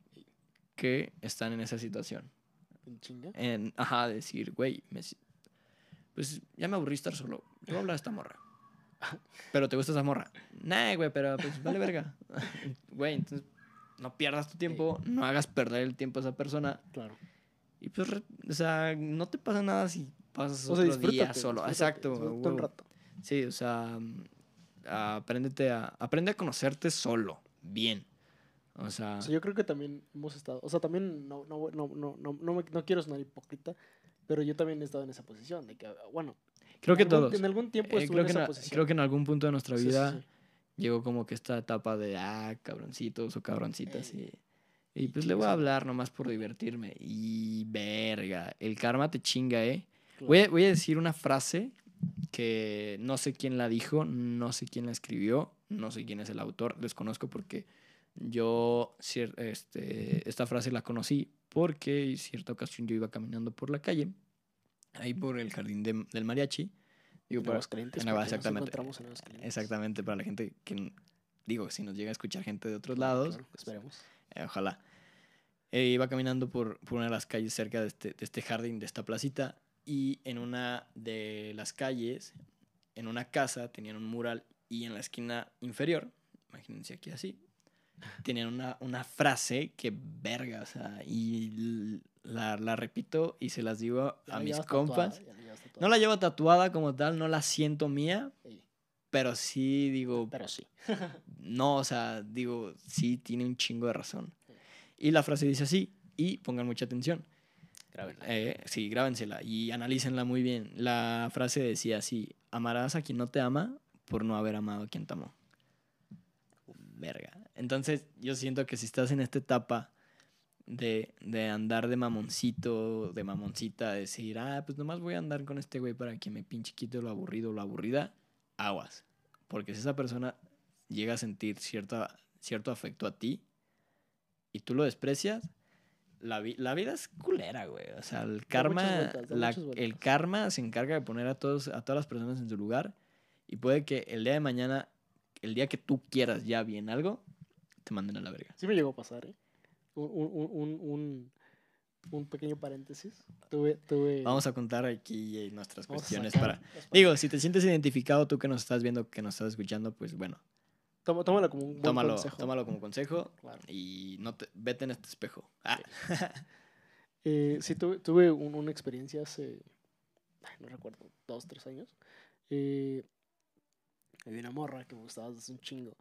que están en esa situación. en chinga. En, ajá, decir, güey, me si- pues ya me aburrí estar solo. Yo voy a hablar de esta morra. Pero te gusta esa morra. Nah, güey, pero pues vale verga. Güey, entonces no pierdas tu tiempo, no hagas perder el tiempo a esa persona. Claro. Y pues, re- o sea, no te pasa nada si pasas O sea, otro día disfrútate. solo. disfrútate, Exacto, disfrútate un huevo. rato. Sí, o sea, mm, apréndete a, aprende a conocerte solo, bien. O sea, O sea, yo creo que también hemos estado, o sea, también no, no, no, no, no, no, me- no quiero sonar hipócrita, pero yo también he estado en esa posición, de que, bueno, creo en que algún- todos. En algún tiempo Eh, estuve creo, en que esa na- posición. creo que en algún punto de nuestra Sí, sí, vida sí. llegó como que esta etapa de, ah, cabroncitos o cabroncitas. Ey. Y, y pues Y le voy a chingas. hablar nomás por divertirme. Y verga, el karma te chinga, ¿eh? Claro. Voy a, voy a decir una frase que no sé quién la dijo, no sé quién la escribió, no sé quién es el autor, desconozco porque yo cier- este, esta frase la conocí porque en cierta ocasión yo iba caminando por la calle, ahí por el jardín de- del mariachi. Digo, En para- Aguascalientes, en porque Agua- nos exactamente, encontramos en Aguascalientes. exactamente, para la gente que, digo, si nos llega a escuchar gente de otros Claro, lados, claro, esperemos. eh, ojalá. Eh, iba caminando por, por una de las calles cerca de este, de este jardín, de esta placita, y en una de las calles, en una casa, tenían un mural y en la esquina inferior, imagínense aquí así, tenían una, una frase que verga, o sea, y l- la, la repito y se las digo Ya a la mis llevas compas. tatuada, ya la llevas tatuada. No la llevo tatuada como tal, no la siento mía, Ey, pero sí digo, pero sí. no, o sea, digo, sí tiene un chingo de razón. Y la frase dice así, y pongan mucha atención. Grábenla. Eh, sí, grábensela y analícenla muy bien. La frase decía así, amarás a quien no te ama por no haber amado a quien te amó. Verga. Entonces yo siento que si estás en esta etapa de, de andar de mamoncito, de mamoncita, de decir, ah, pues nomás voy a andar con este güey para que me pinche quite lo aburrido, lo aburrida, aguas. Porque si esa persona llega a sentir cierta, cierto afecto a ti y tú lo desprecias, la, vi- la vida es culera, güey. O sea, el Da karma, muchas vueltas, da la- muchas vueltas. el karma se encarga de poner a todos, a todas las personas en su lugar y puede que el día de mañana, el día que tú quieras ya bien algo, te manden a la verga. Sí me llegó a pasar, ¿eh? Un, un, un, un, un- un pequeño paréntesis. Tuve, tuve... Vamos a contar aquí eh, nuestras vamos a cuestiones sacar para... las Digo, si te sientes identificado, tú que nos estás viendo, que nos estás escuchando, pues bueno, Toma- Tómalo como un buen tómalo, consejo. tómalo como consejo Claro. y no te, vete en este espejo. Ah. Eh, sí, tuve, tuve un- una experiencia hace, ay, no recuerdo, dos, tres años. Eh, había una morra que me gustaba desde hace un chingo.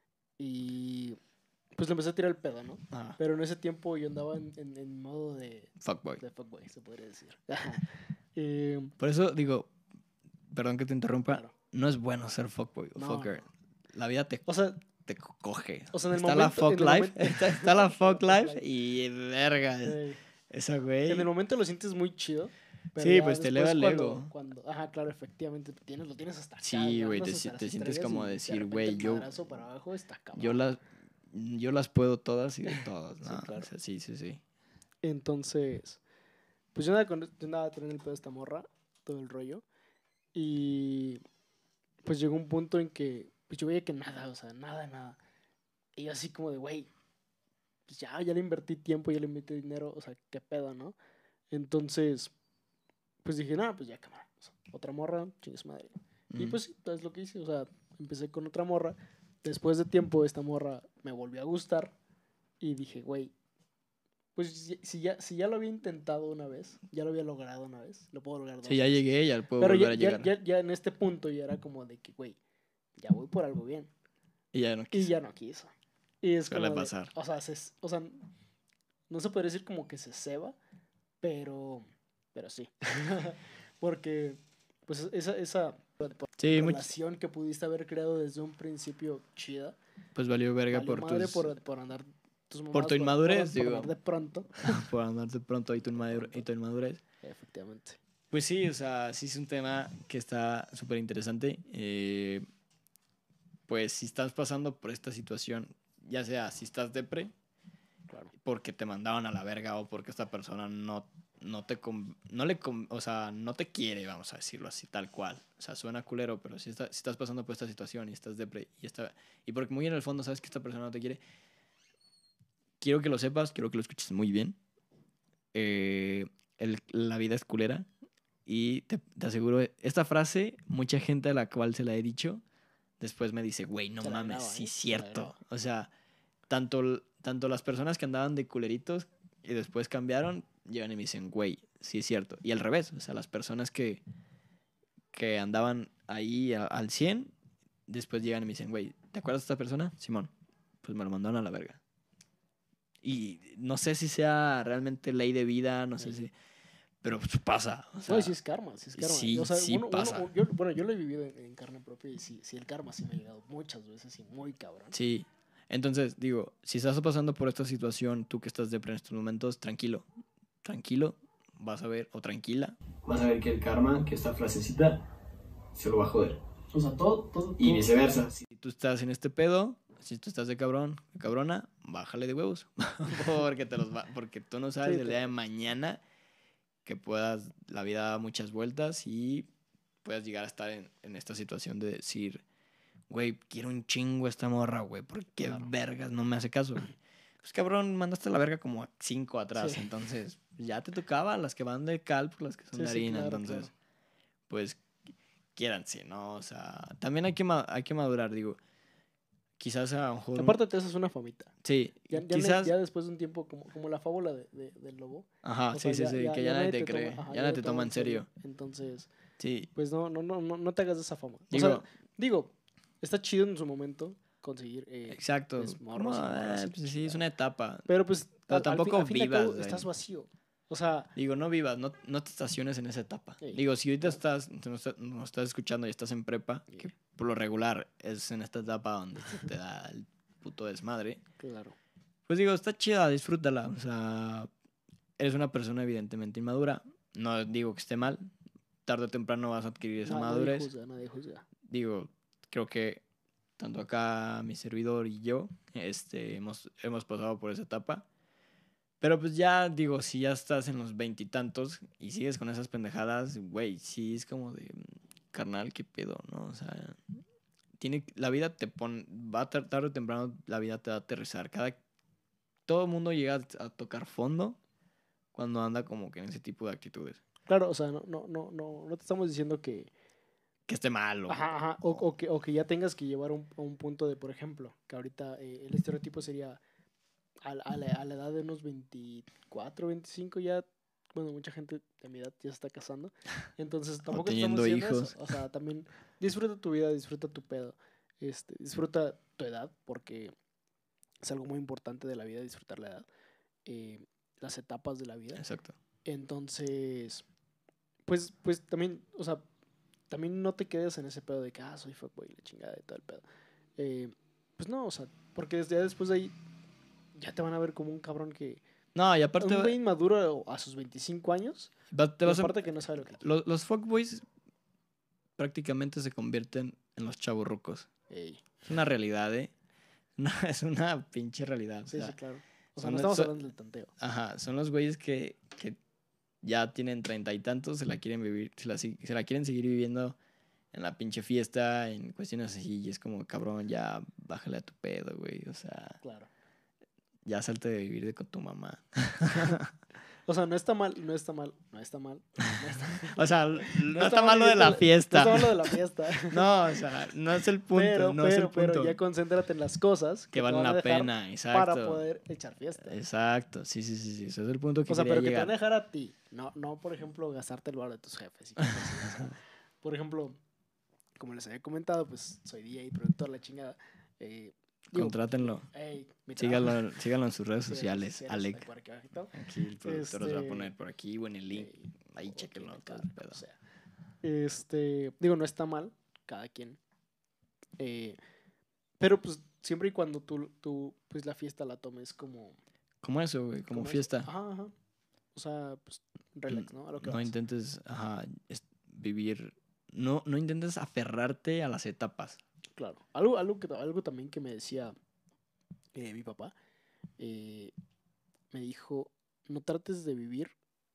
Y pues le empecé a tirar el pedo, ¿no? Ah, Pero en ese tiempo yo andaba en, en, en modo de, fuckboy. de fuckboy, se podría decir. Eh, Por eso digo, perdón que te interrumpa, claro. no es bueno ser fuckboy o No, fucker. no. La vida te, O sea, te co- coge. o sea, en el Está la momento- fuck en el life, momento- está, está la fuck Fuck life life. y verga, eh, esa en güey. el momento lo sientes muy chido. Pero Sí, ya pues te después eleva el cuando, ego. cuando, ajá, claro, efectivamente, tienes, lo tienes hasta acá. Sí, güey, te agarrándose si- hasta las te sientes estrellas como y de decir, repente güey, el yo- madrazo para abajo está cabrón. Yo las, yo las puedo todas y de todas. Sí, ¿No? claro. O sea, sí, sí, sí. Entonces, pues yo andaba, con, yo andaba teniendo el pedo de esta morra, todo el rollo. Y pues llegó un punto en que pues yo veía que nada, o sea, nada, nada. Y yo así como de, güey, pues ya, ya le invertí tiempo, ya le invertí dinero, o sea, qué pedo, ¿no? Entonces, pues dije, nada, pues ya, cámara. O sea, otra morra, chingue su madre. Y Mm. pues sí, es lo que hice, o sea, empecé con otra morra. Después de tiempo, esta morra me volvió a gustar. Y dije, güey, pues si, si ya, si ya lo había intentado una vez, ya lo había logrado una vez, lo puedo lograr dos Sí, ya veces. llegué, ya puedo Pero volver ya, a ya, llegar. ya, ya en este punto ya era como de que, güey, ya voy por algo bien. Y ya no Y quise. ya no quiso. Y es Suele como de- pasar. o sea, se- o sea, no se puede decir como que se ceba, pero, pero sí. Porque, pues, esa, esa Sí, much- relación que pudiste haber creado desde un principio chida, pues valió verga valió por madre tus... por, por andar tus por mamadas, tu inmadurez, por, digo. andar de pronto. por andar de pronto y tu, inmadur- y tu inmadurez. Efectivamente. Pues sí, o sea, sí es un tema que está súper interesante. Eh, pues si estás pasando por esta situación, ya sea si estás depre, Claro. porque te mandaron a la verga o porque esta persona no, no te com- no le com- o sea, no te quiere, vamos a decirlo así, tal cual. O sea, suena culero, pero si, está- si estás pasando por esta situación y estás depre y está y porque muy en el fondo sabes que esta persona no te quiere, quiero que lo sepas, quiero que lo escuches muy bien. Eh, el- la vida es culera y te, te aseguro, esta frase, mucha gente a la cual se la he dicho, después me dice, güey, no Se la mames, graba, sí ¿eh? es Se la cierto. graba. O sea, tanto, l- tanto las personas que andaban de culeritos y después cambiaron, llegan y me dicen, güey, sí es cierto. Y al revés, o sea, las personas que, que andaban ahí a- al cien, después llegan y me dicen, güey, ¿te acuerdas de esta persona? Simón, pues me lo mandaron a la verga. Y no sé si sea realmente ley de vida, no sé Sí. si... Pero pues pasa. O sea, No, y sí es karma, sí es karma. sí, o sea, sí uno- uno- pasa. yo, bueno, yo lo he vivido en, en carne propia y sí, sí, el karma sí me ha llegado muchas veces y muy cabrón. Sí. Entonces, digo, si estás pasando por esta situación, tú que estás depre en estos momentos, tranquilo. Tranquilo, vas a ver, o tranquila. Vas a ver que el karma, que esta frasecita, se lo va a joder. O sea, todo, todo, Y todo- viceversa. Si tú estás en este pedo, si tú estás de cabrón, de cabrona, bájale de huevos. porque, te los va, porque tú no sabes Sí, el te- día de mañana que puedas, la vida da muchas vueltas y puedas llegar a estar en, en esta situación de decir, güey, quiero un chingo a esta morra, güey, ¿por qué Claro. vergas no me hace caso? Güey? Pues cabrón, mandaste a la verga como a cinco atrás, Sí. entonces ya te tocaba las que van de cal por las que son Sí, de sí, harina, claro, entonces, claro. pues, quiéranse, ¿no? O sea, también hay que, ma- hay que madurar, digo, quizás a lo mejor... un- Aparte te haces una famita. sí, Ya, ya, ne- quizás... ya después de un tiempo, como, como la fábula de, de- del lobo. Ajá, o sí, sea, sí, ya- sí, ya- que ya ya nadie nadie te te cree, toma- ajá, ya ya nadie no te te toma toman en serio. Entonces, Sí, pues no, no, no, no, no te hagas de esa fama. digo, O sea, digo, está chido en su momento conseguir. eh, exacto. pues, morros como, y morras eh, y pues sí, es chingada. una etapa. pero pues, Pero al- al fin- tampoco al fin y al cabo, vivas, estás güey. vacío. O sea, Digo, no vivas, no, no te estaciones en esa etapa. Sí, Digo, si ahorita claro. estás, nos, estás- nos estás escuchando y estás en prepa, Sí. que por lo regular es en esta etapa donde se te da el puto desmadre, claro. pues digo, está chida, disfrútala. O sea, eres una persona evidentemente inmadura. No digo que esté mal. Tarde o temprano vas a adquirir esa Na- nadie madurez. juzga, nadie juzga. Digo, creo que tanto acá mi servidor y yo este, hemos, hemos pasado por esa etapa. Pero pues ya, digo, si ya estás en los veintitantos y, sigues con esas pendejadas, güey, sí es como de, carnal, qué pedo, ¿no? O sea, tiene, la vida te pone, va a tar- tarde o temprano, la vida te va a aterrizar. Cada, todo el mundo llega a, a tocar fondo cuando anda como que en ese tipo de actitudes. Claro, o sea, no, no, no, no, no te estamos diciendo que, Que esté malo. ajá, ajá, o, o que, o que ya tengas que llevar un, a un punto de, por ejemplo, que ahorita eh, el estereotipo sería a, la- a la, a la edad de unos veinticuatro, veinticinco ya, bueno, mucha gente de mi edad ya se está casando, entonces O tampoco te estamos teniendo diciendo eso, hijos. o sea, también disfruta tu vida, disfruta tu pedo, este, disfruta tu edad, porque es algo muy importante de la vida, disfrutar la edad, eh, las etapas de la vida, Exacto. entonces, pues, pues también, o sea, también no te quedes en ese pedo de que, ah, soy fuckboy, la chingada de todo el pedo. Eh, pues no, o sea, porque desde ya después de ahí ya te van a ver como un cabrón que... No, y aparte, Un güey inmaduro a sus veinticinco años va- te y vas a, aparte que no sabe lo que quiere. los, los fuckboys prácticamente se convierten en los chavorrucos. Ey, Es una realidad, ¿eh? No, es una pinche realidad. O sí, sí, sea, claro. O sea, son, no estamos son- hablando del tanteo. ajá, son los güeyes que, que ya tienen treinta y tantos, se la quieren vivir, se la, si- se la quieren seguir viviendo en la pinche fiesta, en cuestiones así, y es como, cabrón, ya bájale a tu pedo, güey. O sea, Claro. ya salte de vivir de con tu mamá. O sea, no está mal, no está mal, no está mal. No está, O sea, no, está mal malo de vivirte la No fiesta. está malo de la fiesta. No, o sea, no es el punto, pero, no pero, es el punto. pero ya concéntrate en las cosas que que, te valen van a la dejar pena, para exacto. poder echar fiesta. Exacto, sí, sí, sí, sí, ese es el punto que O sea, quería pero que te llegar. van a dejar a ti. No, no, por ejemplo, gastarte el barro de tus jefes. Y cosas así, o sea, por ejemplo, como les había comentado, pues soy D J, productor, la chingada. Eh, digo, Contrátenlo. ey, mi trabajo. Síganlo, síganlo en sus redes Sí, en sociales, sociales, Alec. por aquí abajito. Aquí el productor los va a Este, poner por aquí o en el link. ey, Ahí ok, chequenlo, me todo el cago, pedo. o sea, este, digo, no está mal, cada quien. Eh, pero pues siempre y cuando tú, tú, pues la fiesta la tomes como... Como eso, güey, como como eso. fiesta. Ajá, ajá. O sea, pues relax, ¿no? A lo que No vas. intentes, ajá, es- vivir, no, no intentes aferrarte a las etapas. Claro. Algo, algo, que, algo también que me decía eh, mi papá, eh, me dijo, no trates de vivir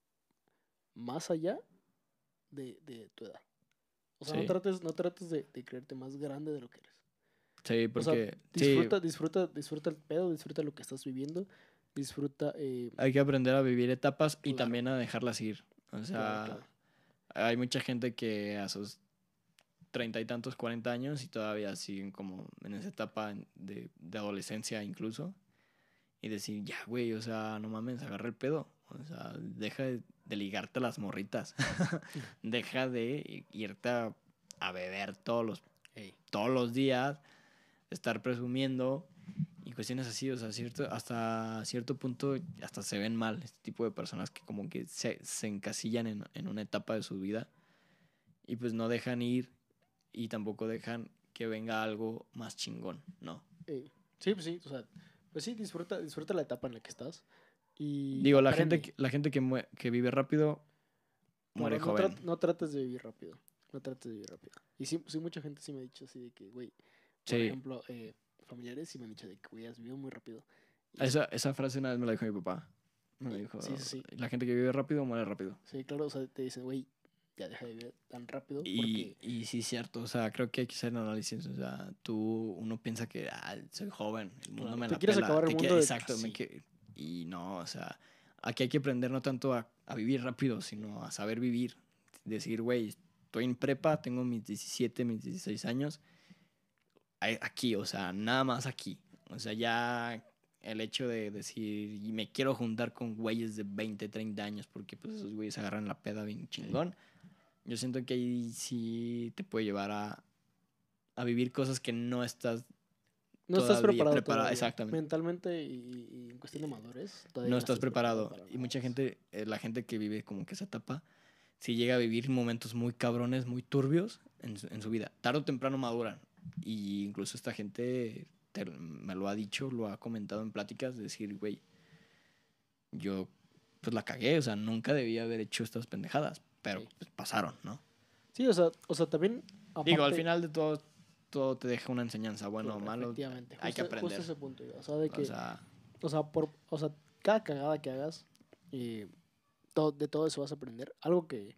más allá de, de tu edad. O sea, no Sí, trates, no trates de, de creerte más grande de lo que eres. sí, O sea, porque sí, disfruta, disfruta, disfruta el pedo, disfruta lo que estás viviendo, disfruta, eh, hay que aprender a vivir etapas y Claro. también a dejarlas ir. O sea, claro, claro. hay mucha gente que a sus treinta y tantos, cuarenta años y todavía siguen como en esa etapa de, de adolescencia incluso. Y decir, ya, güey, o sea, no mames, agarra el pedo. O sea, deja de, de ligarte a las morritas. Deja de irte a, a beber todos los, Ey, todos los días, estar presumiendo y cuestiones así. O sea, cierto, hasta cierto punto hasta se ven mal este tipo de personas que como que se, se encasillan en, en una etapa de su vida y pues no dejan ir y tampoco dejan que venga algo más chingón, ¿no? ey. Sí, pues sí, o sea, pues sí, disfruta, disfruta la etapa en la que estás. Y Digo, la aprende. gente, que- la gente que, mue- que vive rápido muere Claro, no, joven. tra- no trates de vivir rápido. No trates de vivir rápido. Y sí, sí mucha gente sí me ha dicho así de que, güey, por Sí, ejemplo, eh, familiares sí me han dicho de que, güey, has vivido muy rápido. Y esa, esa frase una vez me la dijo mi papá. Me Y- dijo, sí, sí, sí. la gente que vive rápido muere rápido. sí, claro, o sea, te dicen, güey, ya deja de vivir tan rápido Y, porque, y sí, es cierto. O sea, creo que hay que hacer análisis. O sea, tú, uno piensa que ah, soy joven, el mundo claro, me te la quieres pela. acabar el te mundo quiere- de- exacto. me así. que- y no, o sea, aquí hay que aprender no tanto a, a vivir rápido, sino a saber vivir. Decir, güey, estoy en prepa, tengo mis diecisiete, mis dieciséis años. a- Aquí, o sea, nada más aquí. O sea, ya el hecho de decir, y me quiero juntar con güeyes de veinte, treinta años, porque pues esos güeyes agarran la peda bien chingón. Yo siento que ahí sí te puede llevar a, a vivir cosas que no estás No estás todavía preparado prepara- todavía. exactamente. Mentalmente y, y en cuestión de madurez. todavía No estás preparado preparado. para Y mucha nada. gente, eh, la gente que vive como que esa etapa, si llega a vivir momentos muy cabrones, muy turbios en, su- en su vida. Tarde o temprano maduran. Y incluso esta gente te- me lo ha dicho, lo ha comentado en pláticas, de decir, güey, yo pues la cagué, o sea, nunca debía haber hecho estas pendejadas, pero Sí. pues, pasaron, ¿no? Sí, o sea, o sea, también. Digo, al aparte- final de todo, todo te deja una enseñanza, bueno o Claro, malo, efectivamente. hay que Justo, justo aprender. ese punto. iba, O sea, de que. O sea, O sea, por, o sea, cada cagada que hagas, eh, todo, de todo eso vas a aprender. Algo que,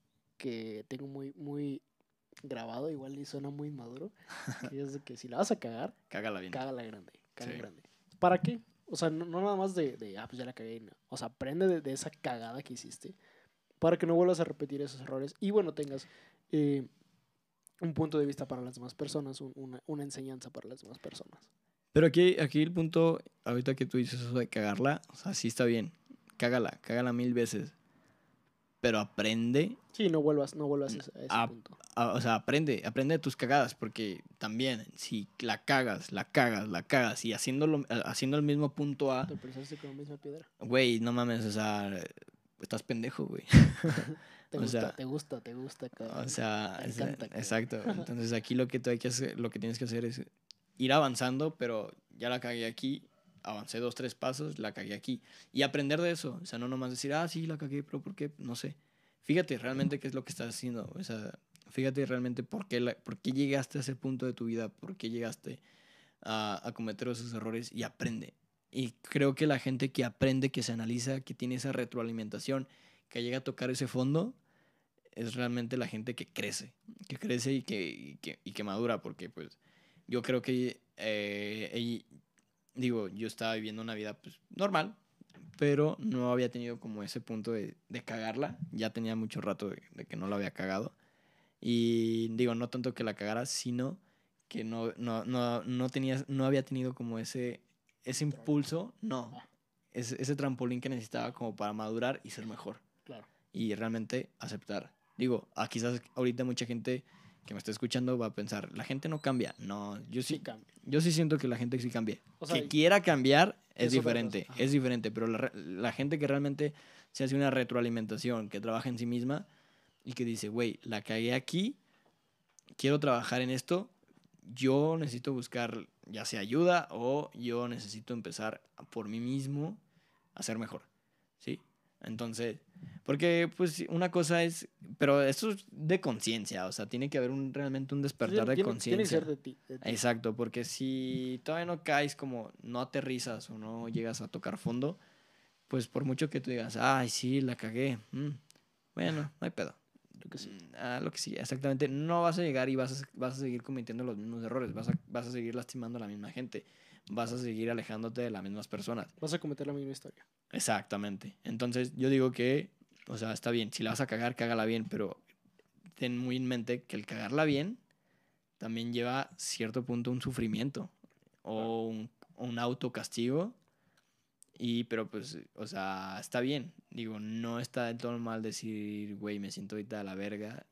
que tengo muy, muy grabado, igual y suena muy maduro, que es de que si la vas a cagar, cágala bien. cágala grande, cágala Sí. grande. ¿Para qué? O sea, no, no nada más de, de, ah, pues ya la cagué. No. O sea, aprende de, de esa cagada que hiciste para que no vuelvas a repetir esos errores y bueno, tengas eh, un punto de vista para las demás personas, un- una, una enseñanza para las demás personas. Pero aquí, aquí el punto, ahorita que tú dices eso de cagarla, o sea, sí está bien. Cágala, cágala mil veces. Pero aprende, Sí, no vuelvas, no vuelvas a ese, a ese a- punto. a- o sea, aprende, aprende de tus cagadas, porque también, si la cagas, la cagas, la cagas, y haciéndolo, haciendo el mismo punto A, Te empezaste con la misma piedra. güey, no mames, o sea, estás pendejo, güey. Te O gusta, sea, te gusta, te gusta cagar. O sea, Te es- encanta cagar. exacto. Entonces aquí lo que tú hay que hacer, lo que tienes que hacer es ir avanzando, pero ya la cagué aquí, avancé dos, tres pasos, la cagué aquí. Y aprender de eso. O sea, no nomás decir, ah, sí, la cagué, pero ¿por qué? No sé. Fíjate realmente qué es lo que estás haciendo. O sea, fíjate realmente por qué, la- por qué llegaste a ese punto de tu vida, por qué llegaste a, a cometer esos errores y aprende. Y creo que la gente que aprende, que se analiza, que tiene esa retroalimentación, que llega a tocar ese fondo, es realmente la gente que crece, que crece y que, y que, y que madura, porque pues yo creo que, eh, ell- digo, yo estaba viviendo una vida pues normal, pero no había tenido como ese punto de, de cagarla, ya tenía mucho rato de, de que no la había cagado, y digo, no tanto que la cagara, sino que no, no, no, no, tenía, no había tenido como ese, ese impulso, no, ese, ese trampolín que necesitaba como para madurar y ser mejor Claro. y realmente aceptar. Digo, ah, quizás ahorita mucha gente que me está escuchando va a pensar, la gente no cambia. No, yo sí, Sí cambia. yo sí siento que la gente sí cambia. O sea, que quiera cambiar es, es otra diferente, cosa. Ajá. es diferente, pero la, re- la gente que realmente se hace una retroalimentación, que trabaja en sí misma y que dice, güey, la cagué aquí, quiero trabajar en esto, yo necesito buscar ya sea ayuda o yo necesito empezar por mí mismo a ser mejor, ¿sí? Entonces, porque pues una cosa es, pero eso es de conciencia, o sea, tiene que haber un, realmente un despertar Tiene, de tiene- tiene que ser conciencia. de ti. de ti. Exacto, porque si todavía no caes como, no aterrizas o no llegas a tocar fondo, pues por mucho que tú digas, ay, sí, la cagué, mm, bueno, no hay pedo. Lo que sí. Mm, Ah, lo que sí, exactamente. No vas a llegar y vas a, vas a seguir cometiendo los mismos errores. Vas a, vas a seguir lastimando a la misma gente. Vas a seguir alejándote de las mismas personas. Vas a cometer la misma historia. Exactamente. Entonces, yo digo que, o sea, está bien. Si la vas a cagar, cágala bien. Pero ten muy en mente que el cagarla bien también lleva cierto punto un sufrimiento o un, un autocastigo. Y, pero pues, o sea, está bien. Digo, no está del todo mal decir, güey, me siento ahorita a la verga,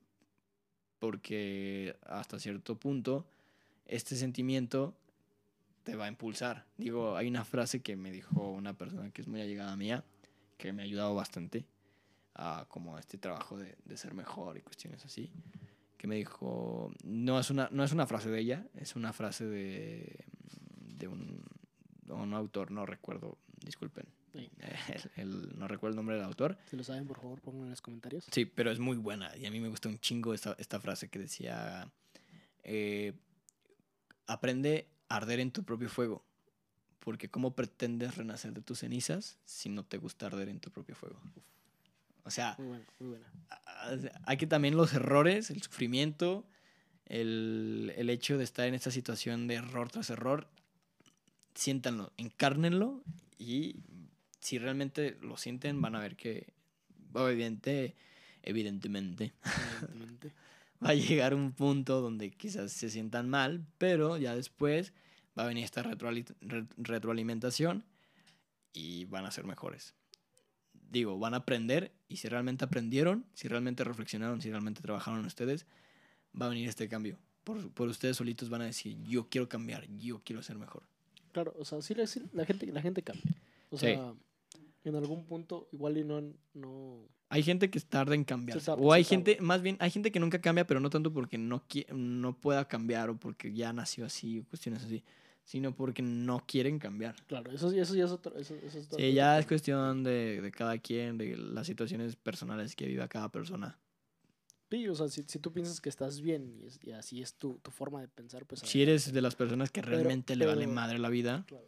porque hasta cierto punto este sentimiento te va a impulsar. Digo, hay una frase que me dijo una persona que es muy allegada mía, que me ha ayudado bastante a como este trabajo de, de ser mejor y cuestiones así, que me dijo, no es una, no es una frase de ella, es una frase de, de un, un autor, no recuerdo, disculpen, Sí. el, el- no recuerdo el nombre del autor. Si lo saben, por favor, pónganlo en los comentarios. Sí, pero es muy buena y a mí me gusta un chingo esta, esta frase que decía, eh, aprende a arder en tu propio fuego, porque ¿cómo pretendes renacer de tus cenizas si no te gusta arder en tu propio fuego? O sea, Muy buena, muy buena. a- a- hay que también los errores, el sufrimiento, el, el hecho de estar en esta situación de error tras error, siéntanlo, encárnenlo y si realmente lo sienten van a ver que obviamente, evidentemente Evidentemente. va a llegar un punto donde quizás se sientan mal, pero ya después va a venir esta retroali- re- retroalimentación y van a ser mejores. Digo, van a aprender y si realmente aprendieron, si realmente reflexionaron, si realmente trabajaron ustedes, va a venir este cambio. por, por ustedes solitos van a decir, yo quiero cambiar, yo quiero ser mejor. Claro, o sea, sí, la, sí, la gente, la gente cambia. O Sí. sea, en algún punto igual y no... no Hay gente que tarda en cambiar. Se tarda, O hay se gente, tarda. más bien, hay gente que nunca cambia, pero no tanto porque no, qui- no pueda cambiar o porque ya nació así, o cuestiones así, sino porque no quieren cambiar. Claro, eso, sí- eso ya es otro... Eso, eso es otro- Sí, otro ya es tema. cuestión de, de cada quien, de las situaciones personales que viva cada persona. Sí, o sea, si, si tú piensas que estás bien y, es- y así es tu, tu forma de pensar, pues Si eres de las personas que Pero- realmente le vale pero- madre la vida, Claro.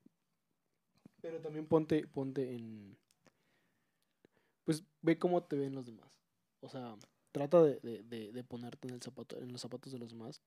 Pero también ponte, ponte en... Pues ve cómo te ven los demás. O sea, trata de, de, de, de ponerte en el zapato, en los zapatos de los demás.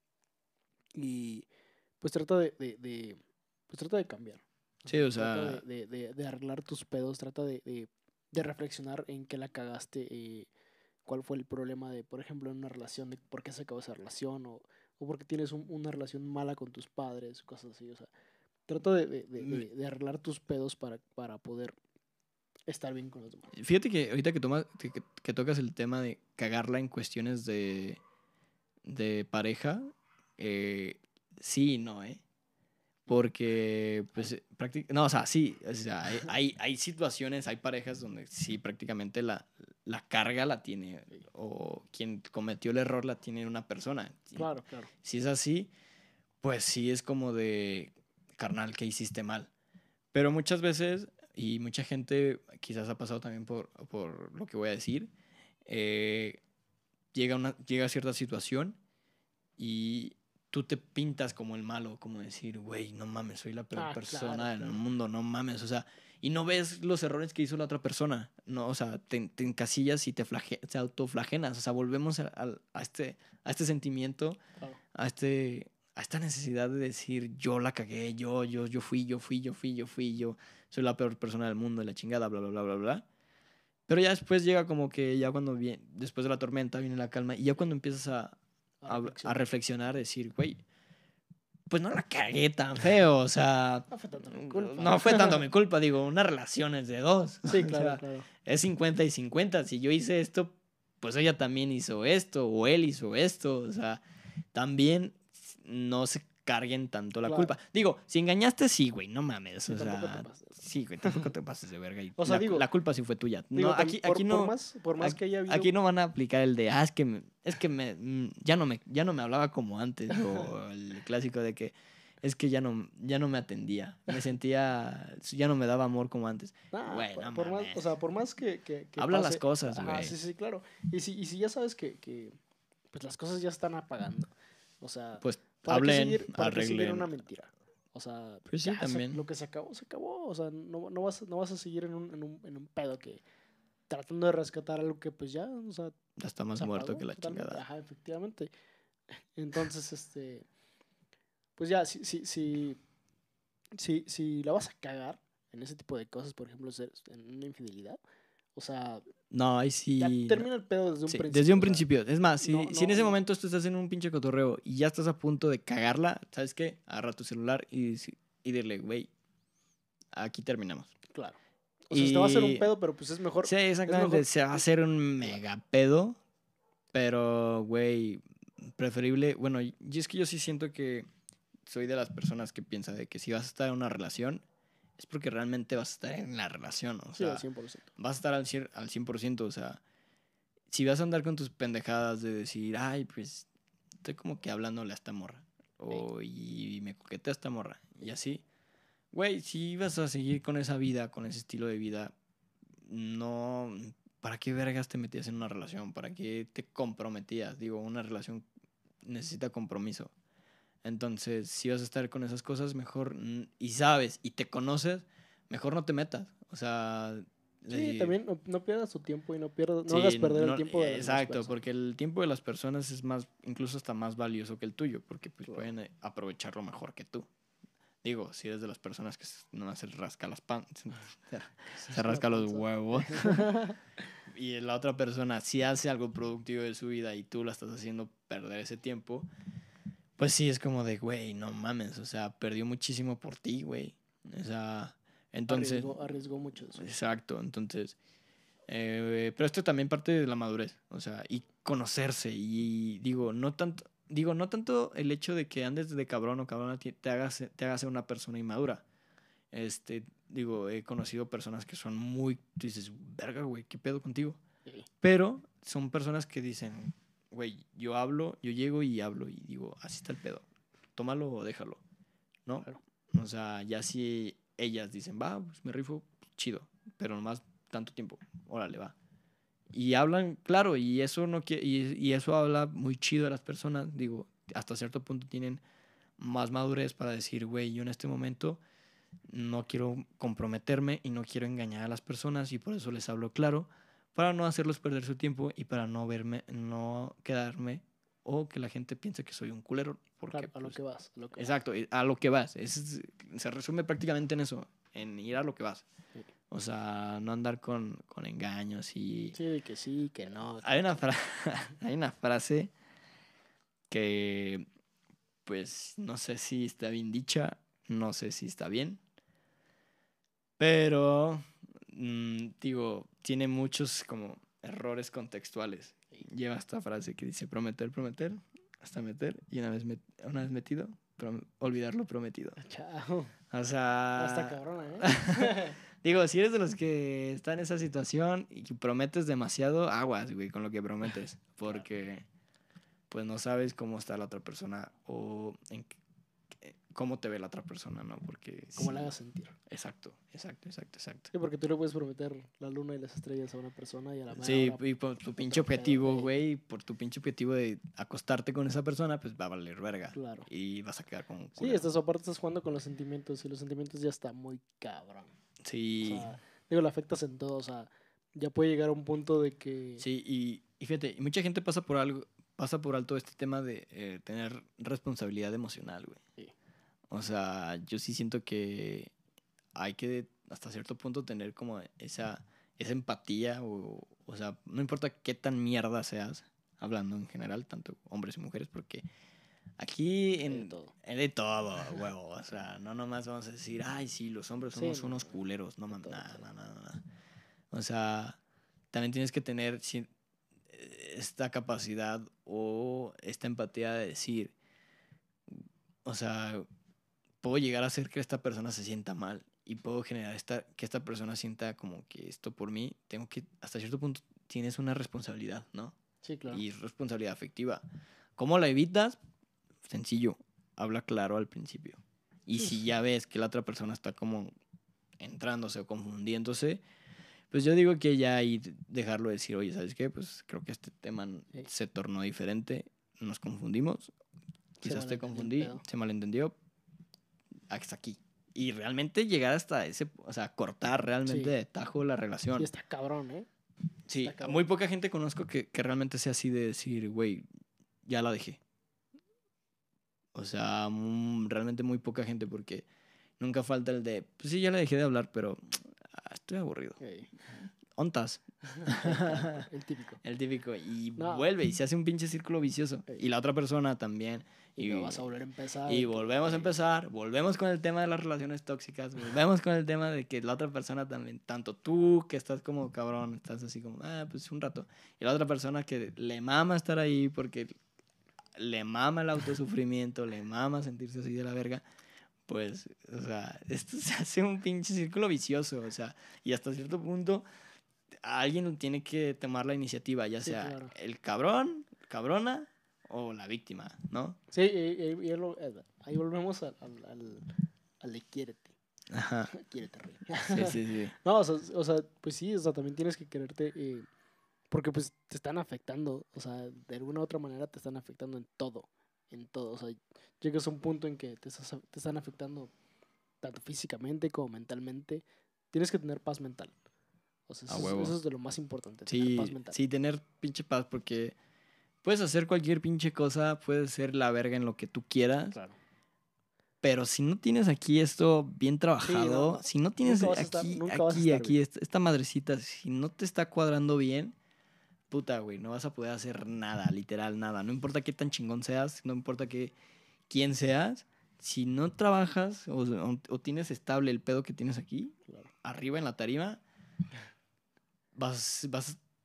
Y pues trata de, de, de- pues trata de cambiar. sí, o Trata sea, de, de, de, de arreglar tus pedos, trata de, de, de reflexionar en qué la cagaste, eh, cuál fue el problema de, por ejemplo, en una relación, de por qué se acabó esa relación, o, o porque tienes un- una relación mala con tus padres, cosas así. O sea, trata de, de, de, de- de arreglar tus pedos para, para poder estar bien con los demás. fíjate que ahorita que, tomas, que, que- que tocas el tema de cagarla en cuestiones de, de pareja, eh, sí y no, ¿eh? Porque, pues, prácti- no, o sea, sí, o sea, hay, hay, hay situaciones, hay parejas donde sí, prácticamente la, la carga la tiene, o quien cometió el error la tiene una persona. Y Claro, claro. si es así, pues sí es como de, carnal, que hiciste mal. Pero muchas veces, y mucha gente quizás ha pasado también por, por lo que voy a decir, eh, llega, una, llega a cierta situación y tú te pintas como el malo, como decir, güey, no mames, soy la peor Ah, persona claro, del claro. mundo, no mames, o sea, y no ves los errores que hizo la otra persona, no, o sea, te, te encasillas y te, flage, te autoflagenas, o sea, volvemos a, a, a este, a este sentimiento, Claro. a, este, a esta necesidad de decir, yo la cagué, yo, yo, yo fui, yo fui, yo fui, yo fui, yo soy la peor persona del mundo, y la chingada, bla, bla, bla, bla, bla. Pero ya después llega como que ya cuando viene, después de la tormenta viene la calma y ya cuando empiezas a, A a, a reflexionar. reflexionar, decir, güey, pues no la cagué tan feo, o sea, No fue tanto mi culpa. no fue tanto mi culpa, digo, una relación es de dos. Sí, o claro, sea, claro. es cincuenta y cincuenta, si yo hice esto, pues ella también hizo esto, o él hizo esto, o sea, también no se carguen tanto la Claro. culpa. Digo, si engañaste, sí, güey, no mames, Sí, o tampoco sea, te pases. sí, güey, tampoco te pases de verga. Y O sea, la, digo- la culpa sí fue tuya. Digo, No, tam- aquí, por, aquí por no... más, por más Aquí, que haya habido... aquí no van a aplicar el de, ah, es que, me, es que me, mm, ya, no me, ya no me hablaba como antes, o el clásico de que es que ya no, ya no me atendía, me sentía, ya no me daba amor como antes. Nah, Güey, por, no por más, mames. o sea, por más que, que, que Habla pase- las cosas, Ajá, güey. sí, sí, claro. Y si, y si ya sabes que, que pues las cosas ya están apagando, o sea, Pues ¿para qué hablen, seguir, para qué seguir en arreglen. una mentira? O sea, Pues sí, ya se- también. lo que se acabó, se acabó. O sea, no, no, vas, no vas a seguir en un, en, un, en un pedo que tratando de rescatar algo que pues ya, o sea, Ya está más se muerto apagó que la totalmente. chingada. Ajá, efectivamente. Entonces, este, pues ya, si, si, si, si, si la vas a cagar en ese tipo de cosas, por ejemplo, ser- en una infidelidad, o sea, No, ahí ya sí. no. termina el pedo desde un Sí, principio. desde un o sea, principio. Es más, si, no, si en no, ese no. momento tú estás en un pinche cotorreo y ya estás a punto de cagarla, ¿sabes qué? Agarra tu celular y, dici- y dile, güey, aquí terminamos. Claro. O sea, se te va a hacer un Y pedo, pero pues es mejor. sí, exactamente, mejor- se va a hacer un mega pedo, pero, güey, preferible, bueno, y es que yo sí siento que soy de las personas que piensa de que si vas a estar en una relación, es porque realmente vas a estar en la relación, o Sí, sea, al cien por ciento. vas a estar al cien, al cien por ciento, o sea, si vas a andar con tus pendejadas de decir, ay, pues, estoy como que hablándole a esta morra, o y me coquetea a esta morra, y así, güey, si vas a seguir con esa vida, con ese estilo de vida, no, ¿para qué vergas te metías en una relación? ¿Para qué te comprometías? Digo, una relación necesita compromiso. Entonces, si vas a estar con esas cosas, mejor, mm, y sabes, y te conoces, mejor no te metas. O sea, Sí, decir, también no, no pierdas tu tiempo y no pierdas, no sí, hagas perder no- el tiempo de las demás exacto, personas. porque el tiempo de las personas es más, incluso hasta más valioso que el tuyo, porque pues, Claro. pueden eh, aprovecharlo mejor que tú. Digo, si eres de las personas que no se rasca las pan, se, se rasca los huevos. Y la otra persona sí hace algo productivo de su vida y tú la estás haciendo perder ese tiempo, pues sí es como de, güey, no mames, o sea, perdió muchísimo por ti, güey. O sea, entonces... Arriesgó, arriesgó mucho eso. Exacto, entonces... eh, pero esto también parte de la madurez, o sea, y conocerse, y digo, no tanto... digo, no tanto el hecho de que andes de cabrón o cabrona te, te hagas, te hagas ser una persona inmadura. Este, digo, he conocido personas que son muy, tú dices, verga, güey, ¿qué pedo contigo? Sí. Pero son personas que dicen, güey, yo hablo, yo llego y hablo y digo, así está el pedo, tómalo o déjalo, ¿no? Claro. O sea, ya si ellas dicen, va, pues me rifo, chido, pero nomás tanto tiempo, órale, va. Y hablan, claro, y eso no quiere, y, y eso habla muy chido de las personas, digo, hasta cierto punto tienen más madurez para decir, güey, yo en este momento no quiero comprometerme y no quiero engañar a las personas y por eso les hablo claro, para no hacerlos perder su tiempo y para no verme, no quedarme o que la gente piense que soy un culero. Porque, Claro, a lo pues, que vas. A lo que exacto, y a lo que vas. Es, se resume prácticamente en eso, en ir a lo que vas. Sí. O sea, no andar con, con engaños y... Sí, de que sí, que no. Hay una, fra- hay una frase que, pues, no sé si está bien dicha, no sé si está bien, pero, mm, digo, tiene muchos como errores contextuales. Sí. Lleva esta frase que dice prometer, prometer, hasta meter, y una vez, met- una vez metido, prom- olvidar lo prometido. Chao. O sea... Hasta cabrona, ¿eh? Digo, si eres de los que está en esa situación y que prometes demasiado, aguas, güey, con lo que prometes. Porque, pues, no sabes cómo está la otra persona o en qué- cómo te ve la otra persona, ¿no? Porque Como sí. la hagas sentir. Exacto, exacto, exacto, exacto. Sí, porque tú le puedes prometer la luna y las estrellas a una persona y a la mera Sí, hora y por tu pinche otro pedo, objetivo, ey. güey, por tu pinche objetivo de acostarte con esa persona, pues va a valer verga. Claro. Y vas a quedar como un Sí, culero. estás, aparte estás jugando con los sentimientos y los sentimientos ya está muy cabrón. O Sí, sea, digo, le afectas en todo. O sea, ya puede llegar a un punto de que. sí, y, y fíjate, y mucha gente pasa por algo, pasa por alto este tema de eh, tener responsabilidad emocional, güey. Sí. O sea, yo sí siento que hay que hasta cierto punto tener como esa, esa empatía o, o sea, no importa qué tan mierda seas, hablando en general, tanto hombres y mujeres, porque aquí Hay de en, todo. en de todo, huevo, o sea, no nomás vamos a decir, ay, sí, los hombres Sí, somos no, unos no, culeros, no de mames, todo, nada, todo. nada, nada, nada. O sea, también tienes que tener ci- esta capacidad o esta empatía de decir, o sea, puedo llegar a hacer que esta persona se sienta mal y puedo generar esta, que esta persona sienta como que esto por mí, tengo que, hasta cierto punto tienes una responsabilidad, ¿no? Sí, claro. Y responsabilidad afectiva. ¿Cómo la evitas? Sencillo, habla claro al principio. Y Sí, si sí. ya ves que la otra persona está como entrándose o confundiéndose, pues yo digo que ya ahí dejarlo decir, oye, ¿sabes qué? Pues creo que este tema Ey. se tornó diferente, nos confundimos, Se quizás te malentendió el confundí, pedo. se malentendió, hasta aquí. Y realmente llegar hasta ese, o sea, cortar realmente Sí. de tajo la Sí, relación. está cabrón, ¿eh? Sí, está cabrón. muy poca gente conozco que, que realmente sea así de decir, güey, ya la dejé. O sea, mm, realmente muy poca gente porque nunca falta el de, pues sí, ya la dejé de hablar, pero ah, estoy aburrido. Ey. ¿Ontas? El típico. El típico. El típico. Y No. vuelve y se hace un pinche círculo vicioso. Ey. Y la otra persona también. Y, Y, luego vas a volver a empezar. y de que, volvemos a ey, empezar. Volvemos con el tema de las relaciones tóxicas. Volvemos con el tema de que la otra persona también, tanto tú que estás como cabrón, estás así como, ah, pues un rato. Y la otra persona que le mama estar ahí porque le mama el autosufrimiento, le mama sentirse así de la verga. Pues, o sea, esto se hace un pinche círculo vicioso. O sea, y hasta cierto punto alguien tiene que tomar la iniciativa, ya Sí, sea claro. el cabrón, cabrona o la víctima, ¿no? Sí, y, y- y es lo- eh, ahí volvemos al, al, al, al de quiérete. Ajá. Quiérete, rey. Sí, sí, sí. No, o sea, o sea, pues sí, o sea, también tienes que quererte, eh, porque pues te están afectando, o sea, de alguna u otra manera te están afectando en todo, en todo, o sea, llegas a un punto en que te, estás- te están afectando tanto físicamente como mentalmente, tienes que tener paz mental, o sea, A eso, es, huevo. eso es de lo más importante, tener paz Sí, mental. sí, tener pinche paz porque puedes hacer cualquier pinche cosa, puedes ser la verga en lo que tú quieras, Claro. pero si no tienes aquí esto bien trabajado, no. si no tienes Nunca vas a estar- aquí, nunca vas a aquí, estar aquí, esta, esta madrecita, si no te está cuadrando bien, puta, güey, no vas a poder hacer nada, literal, nada. No importa qué tan chingón seas, no importa qué, quién seas, si no trabajas o, o- o tienes estable el pedo que tienes aquí, Claro. arriba en la tarima, vas, vas a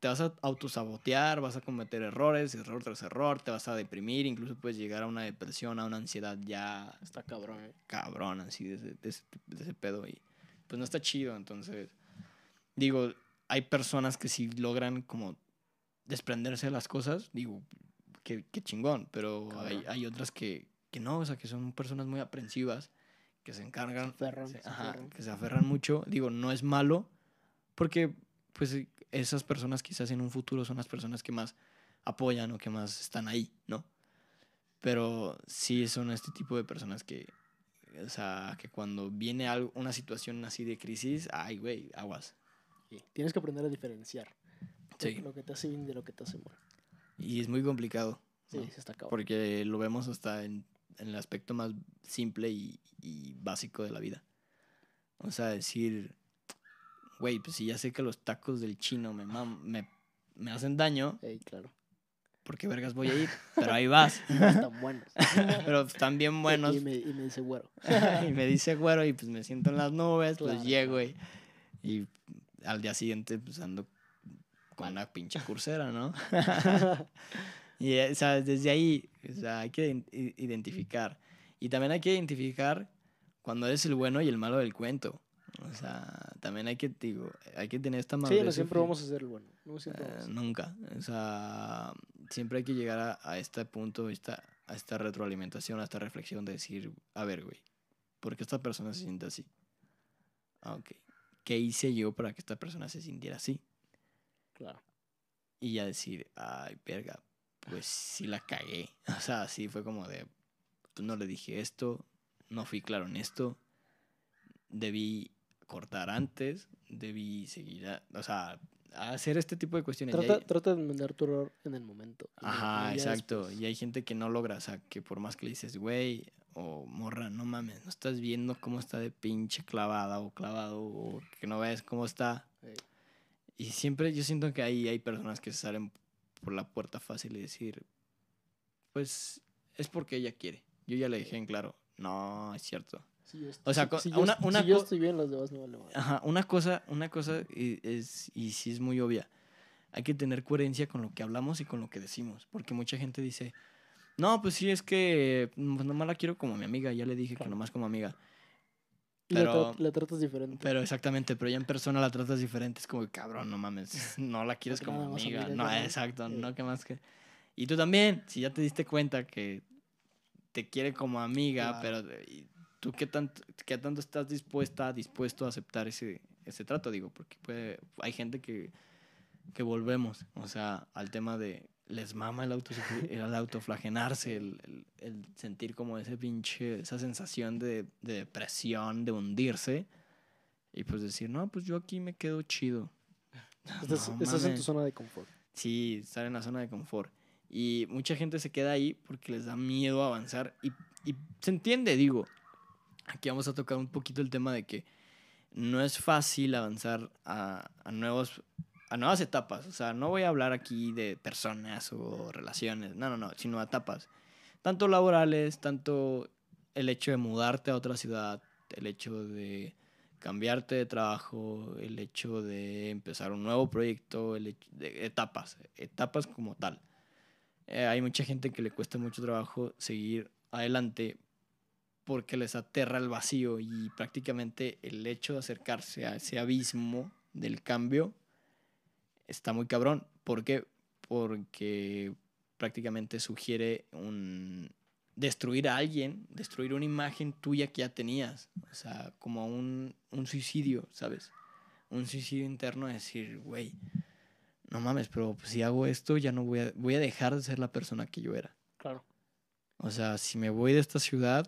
te vas a autosabotear, vas a cometer errores, error tras error, te vas a deprimir, incluso puedes llegar a una depresión, a una ansiedad ya Está cabrón, ¿eh? cabrón, así, de ese, de ese, de ese pedo. Y pues no está chido, entonces, digo, hay personas que sí logran como desprenderse de las cosas, digo, qué, qué chingón, pero hay, Cabrón. hay otras que, que no, o sea, que son personas muy aprensivas, que se encargan, Se aferran, se- se ajá, aferran. que se aferran mucho. Digo, no es malo, porque pues esas personas quizás en un futuro son las personas que más apoyan o que más están ahí, ¿no? Pero sí son este tipo de personas que, o sea, que cuando viene algo, una situación así de crisis, ay, güey, aguas. Sí, tienes que aprender a diferenciar lo, Sí. lo que te hace bien de lo que te hace mal. Y es muy complicado, Sí, ¿no? sí está cabrón. Porque lo vemos hasta en, en el aspecto más simple y, y básico de la vida. O sea, decir, güey, pues si ya sé que los tacos del chino me, mam- me, me hacen daño, Ey, claro. ¿por qué vergas voy a ir? Pero ahí vas. Están buenos. Pero están bien buenos. Y me, y me dice güero. Y me dice güero y pues me siento en las nubes, pues Claro, llego claro. y, y al día siguiente pues ando con una pinche cursera, ¿no? Y, eh, o sea, desde ahí, o sea, hay que ident- i- identificar. Y también hay que identificar cuando eres el bueno y el malo del cuento. O sea, también hay que, digo, hay que tener esta Sí, madurez. no siempre sufi- vamos a ser el bueno. No siempre eh, vamos a ser. nunca. O sea, siempre hay que llegar a, a este punto, esta, a esta retroalimentación, a esta reflexión de decir, a ver, güey, ¿por qué esta persona se siente así? Ah, ok. ¿Qué hice yo para que esta persona se sintiera así? Claro. Y ya decir, ay, verga, pues sí la cagué. O sea, sí fue como de, pues no le dije esto, no fui claro en esto, debí cortar antes, debí seguir, a- o sea, hacer este tipo de cuestiones. Y Trata, hay- trata de enmendar tu error en el momento. y no- Ajá, no ya exacto. después. Y hay gente que no logra, o sea, que por más que le dices, güey, o morra, no mames, no estás viendo cómo está de pinche clavada o clavado, o que no ves cómo está. Ey, Y siempre yo siento que ahí hay personas que se salen por la puerta fácil y decir, pues es porque ella quiere. Yo ya le dejé en claro, no, es cierto. Si yo, est- O sea, si- co- si yo una, est- una, si yo co- estoy bien, los demás no valen madre. ajá, una cosa, una cosa y- es, y sí es muy obvia, hay que tener coherencia con lo que hablamos y con lo que decimos, porque mucha gente dice, no, pues sí, es que pues, nomás la quiero como mi amiga, ya le dije que Claro. nomás como amiga. Y la, Pero, tra- la tratas diferente. pero exactamente, pero ya en persona la tratas diferente, es como, cabrón, no mames, no la quieres Porque como nada más amiga. amiga, No, carnal. exacto, Sí. no que más que... Y tú también, si ya te diste cuenta que te quiere como amiga, Claro. pero y tú qué tanto, qué tanto estás dispuesta, dispuesto a aceptar ese, ese trato, digo, porque puede, hay gente que, que volvemos, o sea, al tema de les mama el, autosufri- el autoflagenarse, el, el, el sentir como ese pinche, esa sensación de, de depresión, de hundirse, y pues decir, no, pues yo aquí me quedo chido. Estás, No estás en tu mames. zona de confort. Sí, estar en la zona de confort. Y mucha gente se queda ahí porque les da miedo avanzar. Y, y se entiende, digo. Aquí vamos a tocar un poquito el tema de que no es fácil avanzar a, a, nuevos, a nuevas etapas. O sea, no voy a hablar aquí de personas o relaciones. No, no, no. Sino a etapas. Tanto laborales, tanto el hecho de mudarte a otra ciudad, el hecho de cambiarte de trabajo, el hecho de empezar un nuevo proyecto, el hecho de etapas, etapas como tal. Eh, hay mucha gente que le cuesta mucho trabajo seguir adelante porque les aterra el vacío y prácticamente el hecho de acercarse a ese abismo del cambio está muy cabrón. ¿Por qué? Porque prácticamente sugiere un destruir a alguien, destruir una imagen tuya que ya tenías. O sea, como un, un suicidio, ¿sabes? Un suicidio interno de decir, güey, no mames, pero pues, si hago esto ya no voy a, voy a dejar de ser la persona que yo era. Claro. O sea, si me voy de esta ciudad,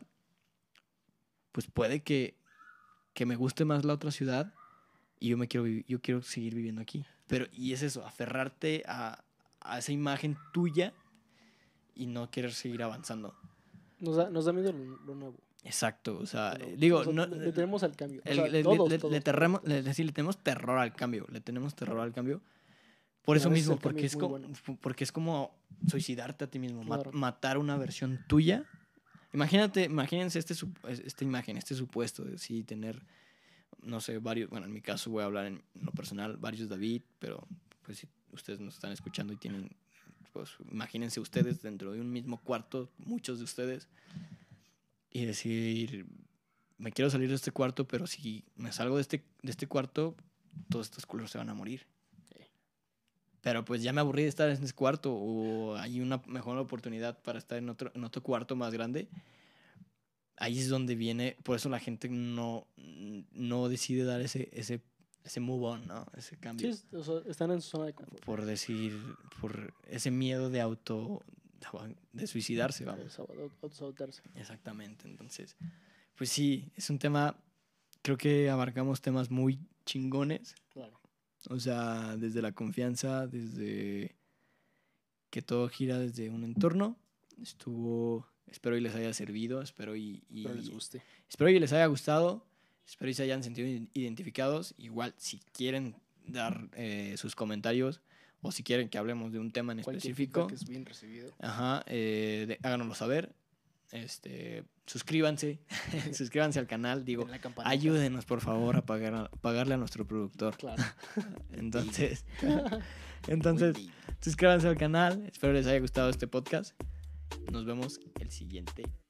pues puede que, que me guste más la otra ciudad y yo me quiero vi- yo quiero seguir viviendo aquí. Pero y es eso, aferrarte a, a esa imagen tuya y no querer seguir avanzando. Nos da, nos da miedo lo, lo nuevo. Exacto, o sea, Lo nuevo. digo, O sea, no, le, le tenemos al cambio. O el- sea, le, le- todos, le- todos, le todos, terremo- todos. le- sí, le tenemos terror al cambio, le tenemos terror al cambio. Por Y a eso veces mismo, el cambio porque es es, muy como, bueno. porque es como suicidarte a ti mismo, ma- Claro. matar una versión tuya. Imagínate, imagínense este, sup- esta imagen, este supuesto de sí tener, no sé, varios, bueno, en mi caso voy a hablar en lo personal, varios David, pero pues si ustedes nos están escuchando y tienen, pues imagínense ustedes dentro de un mismo cuarto, muchos de ustedes, y decir, me quiero salir de este cuarto, pero si me salgo de este, de este cuarto, todos estos culeros se van a morir. Sí. Pero pues ya me aburrí de estar en ese cuarto, o hay una mejor oportunidad para estar en otro, en otro cuarto más grande. Ahí es donde viene, por eso la gente no, no decide dar ese, ese, ese move on, ¿no? Ese cambio. Sí, o sea, están en su zona de confort. Por decir, por ese miedo de auto, de suicidarse, vamos. Autosabotarse. Exactamente, entonces, pues sí, es un tema, creo que abarcamos temas muy chingones. Claro. O sea, desde la confianza, desde que todo gira desde un entorno. Estuvo, espero y les haya servido, espero y, y Espero les guste. Espero y les haya gustado, espero y se hayan sentido identificados. Igual, si quieren dar eh, sus comentarios o si quieren que hablemos de un tema en Cualquier específico, feedback es bien recibido. Ajá, eh, de, háganoslo saber. Este, suscríbanse, suscríbanse al canal, digo, ayúdenos por favor a pagar a pagarle a nuestro productor. Claro. entonces, entonces, suscríbanse al canal. Espero les haya gustado este podcast. Nos vemos el siguiente